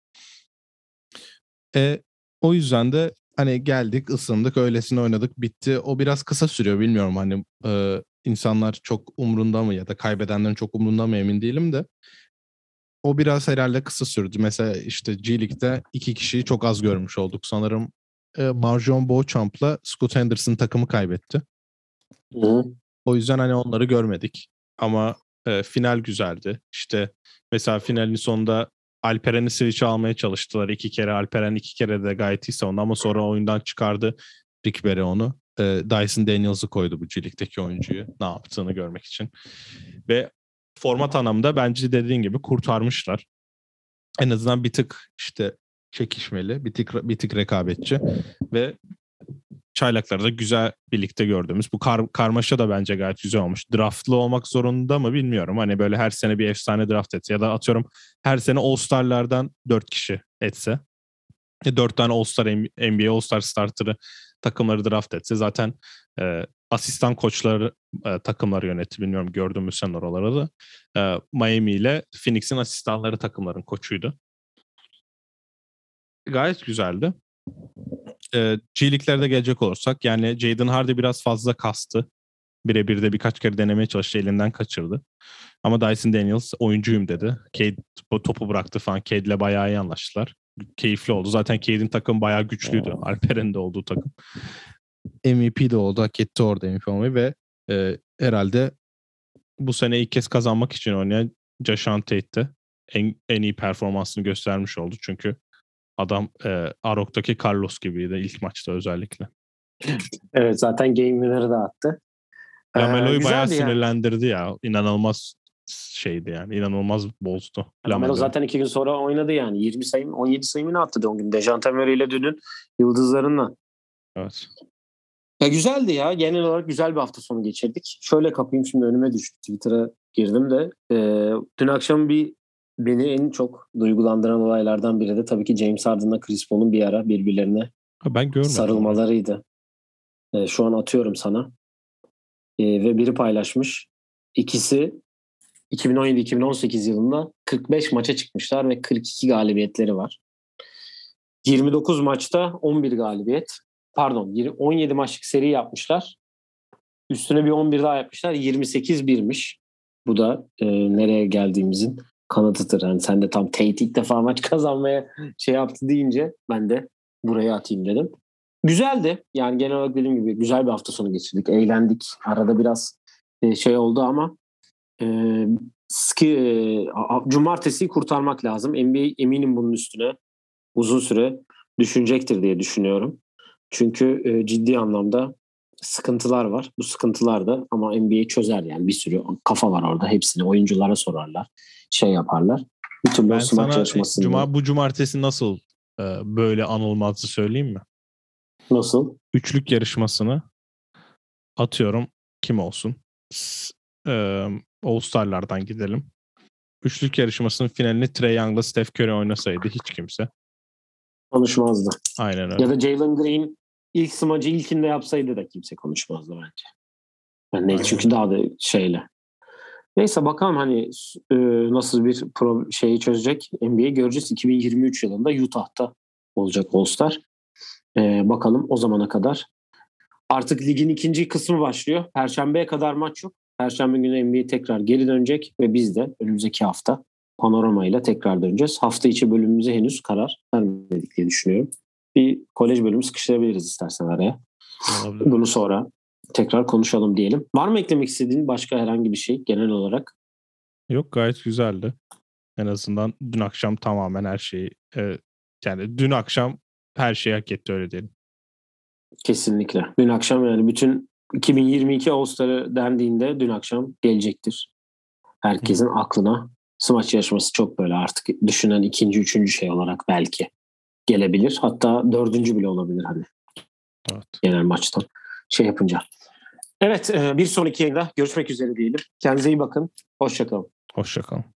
E, o yüzden de hani geldik, ısındık, öylesine oynadık, bitti. O biraz kısa sürüyor, bilmiyorum hani e, insanlar çok umrunda mı ya da kaybedenlerin çok umrunda mı emin değilim de. O biraz herhalde kısa sürdü. Mesela işte G League'de iki kişiyi çok az görmüş olduk. Sanırım e, Marjon Beauchamp'la Scott Henderson takımı kaybetti. Hı-hı. O yüzden hani onları görmedik. Ama e, final güzeldi. İşte mesela finalin sonunda Alperen'i switch'e almaya çalıştılar iki kere. Alperen iki kere de gayet iyi savundu ama sonra oyundan çıkardı Rick Barry onu. E, Dyson Daniels'ı koydu bu G League'deki oyuncuyu ne yaptığını görmek için. Ve format anlamda bence dediğin gibi kurtarmışlar. En azından bir tık işte çekişmeli, bir tık, bir tık rekabetçi ve çaylakları da güzel birlikte gördüğümüz. Bu kar, karmaşa da bence gayet güzel olmuş. Draftlı olmak zorunda mı bilmiyorum. Hani böyle her sene bir efsane draft etse ya da atıyorum her sene All-Star'lardan dört kişi etse. dört tane All-Star N B A All-Star starter'ı takımları draft etse zaten e, asistan koçları e, takımları yönetti. Bilmiyorum gördün mü sen oraları da. E, Miami ile Phoenix'in asistanları takımların koçuydu. Gayet güzeldi. E, G League'lerde gelecek olursak yani Jaden Hardy biraz fazla kastı. Birebir de birkaç kere denemeye çalıştı, elinden kaçırdı. Ama Dyson Daniels oyuncuyum dedi. Cade topu bıraktı falan. Cade'le bayağı iyi anlaştılar. Keyifli oldu. Zaten Cade'in takım bayağı güçlüydü. Alperen'in de olduğu takım. M V P de oldu. Hak etti orada M V P olmayı ve e, herhalde bu sene ilk kez kazanmak için oynayan Jason Tate'de en, en iyi performansını göstermiş oldu. Çünkü adam e, Arok'taki Carlos gibiydi ilk maçta özellikle. Evet zaten game winner'ı da attı. Ee, Lamelo'yu bayağı güzeldi yani. sinirlendirdi ya. İnanılmaz şeydi yani. İnanılmaz bozdu. Lamelo zaten iki gün sonra oynadı yani. yirmi sayı on yedi sayı mı attı on gün. Dejounte Murray ile dünün yıldızlarınla. Evet. Ya güzeldi ya. Genel olarak güzel bir hafta sonu geçirdik. Şöyle kapayım şimdi önüme düştü. Twitter'a girdim de. E, dün akşam bir beni en çok duygulandıran olaylardan biri de tabii ki James Harden'la Chris Paul'un bir ara birbirlerine Ha, ben görmedim sarılmalarıydı. E, şu an atıyorum sana. E, ve biri paylaşmış. İkisi iki bin on yedi iki bin on sekiz yılında kırk beş maça çıkmışlar ve kırk iki galibiyetleri var. yirmi dokuz maçta on bir galibiyet. Pardon on yedi maçlık seri yapmışlar. Üstüne bir on bir daha yapmışlar. yirmi sekiz birmiş. Bu da e, nereye geldiğimizin kanıtıdır. Yani sen de tam Tate ilk defa maç kazanmaya şey yaptı deyince ben de buraya atayım dedim. Güzeldi. Yani genel olarak dediğim gibi güzel bir hafta sonu geçirdik. Eğlendik. Arada biraz e, şey oldu ama e, ski, e, cumartesiyi kurtarmak lazım. N B A eminim bunun üstüne uzun süre düşünecektir diye düşünüyorum. Çünkü e, ciddi anlamda sıkıntılar var. Bu sıkıntılar da ama N B A çözer yani bir sürü kafa var orada. Hepsini oyunculara sorarlar. Şey yaparlar. Bir türlü o Ben smaç sana yarışmasında. Cuma, bu cumartesi nasıl e, böyle anılmazdı söyleyeyim mi? Nasıl? Üçlük yarışmasını atıyorum kim olsun? S- e, All-Star'lardan gidelim. Üçlük yarışmasının finalini Trae Young'la Steph Curry oynasaydı hiç kimse. Konuşmazdı. Aynen öyle. Ya da Jalen Green ilk smacı ilkinde yapsaydı da kimse konuşmazdı bence. Yani ne, çünkü daha da şeyle. Neyse bakalım hani e, nasıl bir pro, şeyi çözecek N B A göreceğiz. iki bin yirmi üç yılında Utah'ta olacak All-Star. E, bakalım o zamana kadar. Artık ligin ikinci kısmı başlıyor. Perşembeye kadar maç yok. Perşembe günü N B A tekrar geri dönecek ve biz de önümüzdeki hafta Panorama ile tekrar döneceğiz. Hafta içi bölümümüze henüz karar vermedik diye düşünüyorum. Bir kolej bölümü sıkıştırabiliriz istersen araya. Olabilir. Bunu sonra tekrar konuşalım diyelim. Var mı eklemek istediğin başka herhangi bir şey genel olarak? Yok, gayet güzeldi. En azından dün akşam tamamen her şeyi e, yani dün akşam her şeyi hak etti, öyle diyelim. Kesinlikle. Dün akşam yani bütün iki bin yirmi iki All-Star'ı dendiğinde dün akşam gelecektir. Herkesin Hı. aklına smaç yarışması çok böyle artık düşünen ikinci, üçüncü şey olarak belki gelebilir. Hatta dördüncü bile olabilir hani. Evet. Genel maçtan şey yapınca. Evet, bir sonraki yayında görüşmek üzere diyelim. Kendinize iyi bakın. Hoşça kalın. Hoşça kalın.